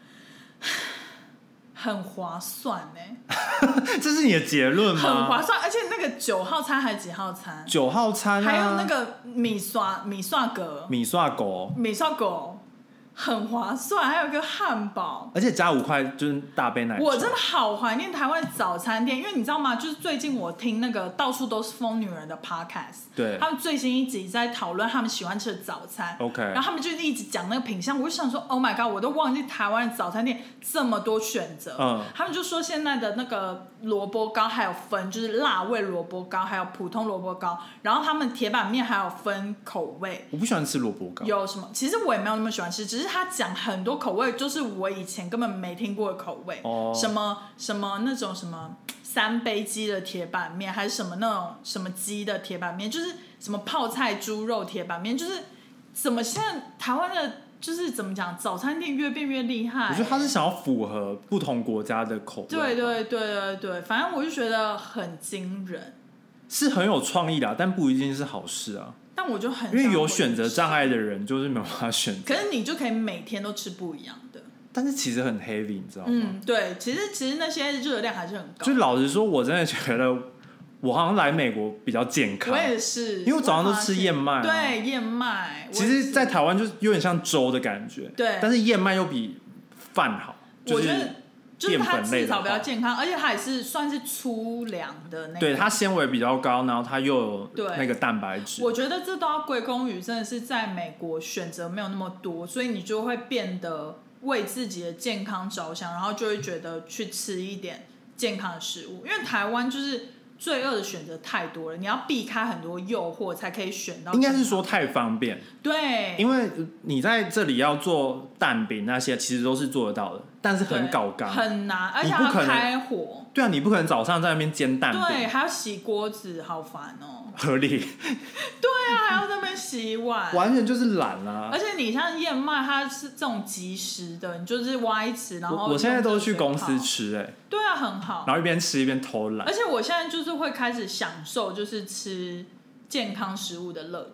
很划算哎、 欸。这是你的结论吗？ 很划算，而且那个九号餐还是几号餐？ 九号餐、啊， 还有那个米刷米刷格， 米刷狗， 米刷狗。很划算，还有一个汉堡， 而且加五块就是大杯奶茶。 我真的好怀念台湾的早餐店，因为你知道吗？就是最近我听那个到处都是疯女人的 podcast， 对， 他们最新一集在讨论他们喜欢吃的早餐 ，OK， 然后他们就一直讲那个品项，我就想说 ，Oh my god， 我都忘记台湾的早餐店这么多选择。嗯，他们就说现在的那个萝卜糕还有分，就是辣味萝卜糕，还有普通萝卜糕，然后他们铁板面还有分口味。 我不喜欢吃萝卜糕， 有什么？其实我也没有那么喜欢吃，只是他讲很多口味，就是我以前根本没听过的口味，哦、什么什么那种什么三杯鸡的铁板面，还是什么那种什么鸡的铁板面，就是什么泡菜猪肉铁板面，就是怎么现在台湾的，就是怎么讲，早餐店越变越厉害。 我觉得他是想要符合不同国家的口味。 对对对对对，反正我就觉得很惊人， 是很有创意的、啊，但不一定是好事啊。 但我就很因为有选择障碍的人就是没有办法选择， 可是你就可以每天都吃不一样的。 但是其实很 heavy， 你知道吗？ 嗯，对，其实其实那些热量还是很高。 就老实说，我真的觉得我好像来美国比较健康。 我也是， 因为我早上都吃燕麦、啊。 对，燕麦。 其实，在台湾就有点像粥的感觉。 对。 但是燕麦又比饭好。 我觉得。就是它至少比较健康，而且它也是算是粗粮的那个。 对，它纤维比较高，然后它又有那个蛋白质。 我觉得这都要归功于真的是在美国选择没有那么多，所以你就会变得为自己的健康着想，然后就会觉得去吃一点健康的食物。因为台湾就是罪恶的选择太多了，你要避开很多诱惑才可以选到。 应该是说太方便。 对， 因为你在这里要做蛋饼那些，其实都是做得到的。但是很搞刚， 很难，而且还要开火。 对啊，你不可能早上在那边煎蛋饼， 对，还要洗锅子，好烦哦。 合理。 对啊，还要在那边洗碗， 完全就是懒啊。 而且你像燕麦，它是这种即食的，你就是挖一匙，然后我我现在都去公司吃、欸，哎， 对啊，很好。 然后一边吃一边偷懒。 而且我现在就是会开始享受，就是吃健康食物的乐趣。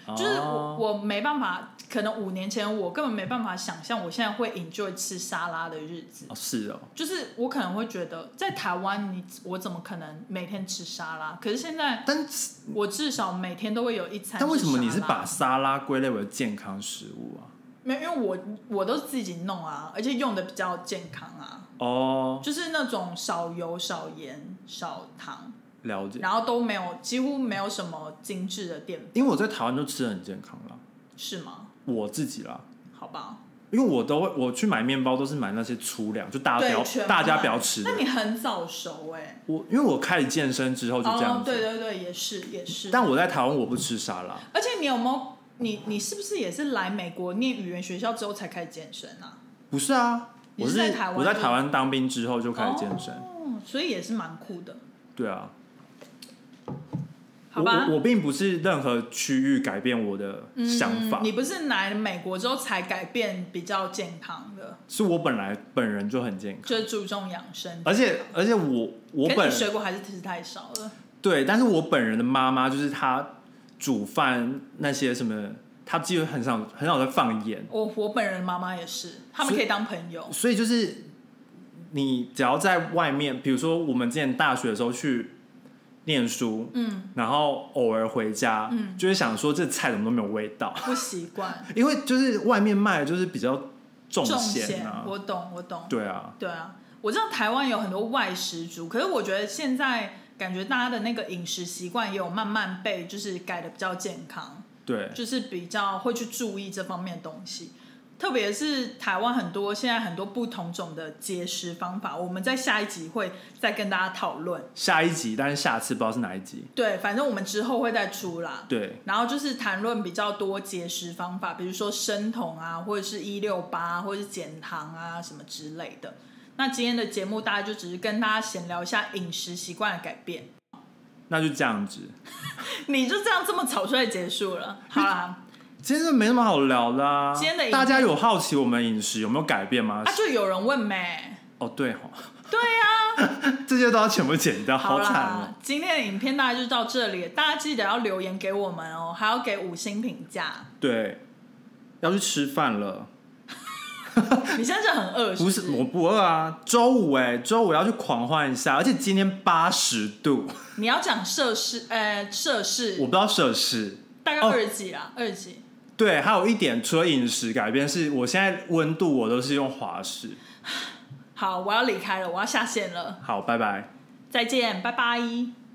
就是我我没办法，可能五年前我根本没办法想象我现在会 enjoy 吃沙拉的日子。 哦，是哦， 就是我可能会觉得在台湾你我怎么可能每天吃沙拉？可是现在， 但我至少每天都会有一餐。 但为什么你是把沙拉归类为健康食物啊？ 没有，因为我我都是自己弄啊，而且用的比较健康啊。 哦， 就是那种少油、少盐、少糖。 了解， 然后都没有，几乎没有什么精致的淀粉。 因为我在台湾就吃得很健康啦。 是吗？ 我自己啦。 好吧。 因为我都会，我去买面包都是买那些粗粮，就大家不要大家不要吃的。 那你很早熟哎、欸。 我因为我开始健身之后就这样子。 哦，对对对，也是也是。 但我在台湾我不吃沙拉。 而且你有没有你你是不是也是来美国念语言学校之后才开始健身啊？ 不是啊， 我是在台湾， 我在台湾当兵之后就开始健身。 哦，所以也是蛮酷的。 对啊。 好吧， 我, 我并不是任何区域改变我的想法、 嗯。你不是来美国之后才改变比较健康的？ 是我本来本人就很健康， 就是注重养生。 而且而且我我本人水果还是吃太少了。 对，但是我本人的妈妈就是她煮饭那些什么，她几乎很少很少在放盐。 我我本人的妈妈也是，他们可以当朋友。 所以就是你只要在外面，比如说我们之前大学的时候去念书，嗯，然后偶尔回家，嗯，就会想说这菜怎么都没有味道， 不习惯， 因为就是外面卖的就是比较重咸啊，我懂我懂， 对啊， 对啊，我知道台湾有很多外食族，可是我觉得现在感觉大家的那个饮食习惯也有慢慢被就是改的比较健康， 对， 就是比较会去注意这方面的东西。特别是台湾很多现在很多不同种的节食方法，我们在下一集会再跟大家讨论。 下一集，但是下次不知道是哪一集。 对，反正我们之后会再出啦。 对， 然后就是谈论比较多节食方法，比如说生酮啊，或者是一六八，或者是减糖啊什么之类的。那今天的节目大家就只是跟大家闲聊一下饮食习惯的改变。 那就这样子。 你就这样这么草率结束了？好啦。 今天真的没什么好聊的啊！ 今天的大家有好奇我们饮食有没有改变吗？ 啊，就有人问没？ 哦，对哦。 对啊， 这些都要全部剪掉，好惨哦！ 今天的影片大概就到这里，大家记得要留言给我们哦，还要给五星评价。 对，要去吃饭了。 你现在就很饿是不是？ 不是，我不饿啊。周五哎，周五要去狂欢一下，而且今天八十度。 你要讲摄氏，呃，摄氏， 我不知道摄氏， 大概二十几啦，二十几。 对，还有一点，除了饮食改变，是我现在温度我都是用华氏。 好，我要离开了，我要下线了。 好，拜拜， 再见，拜拜。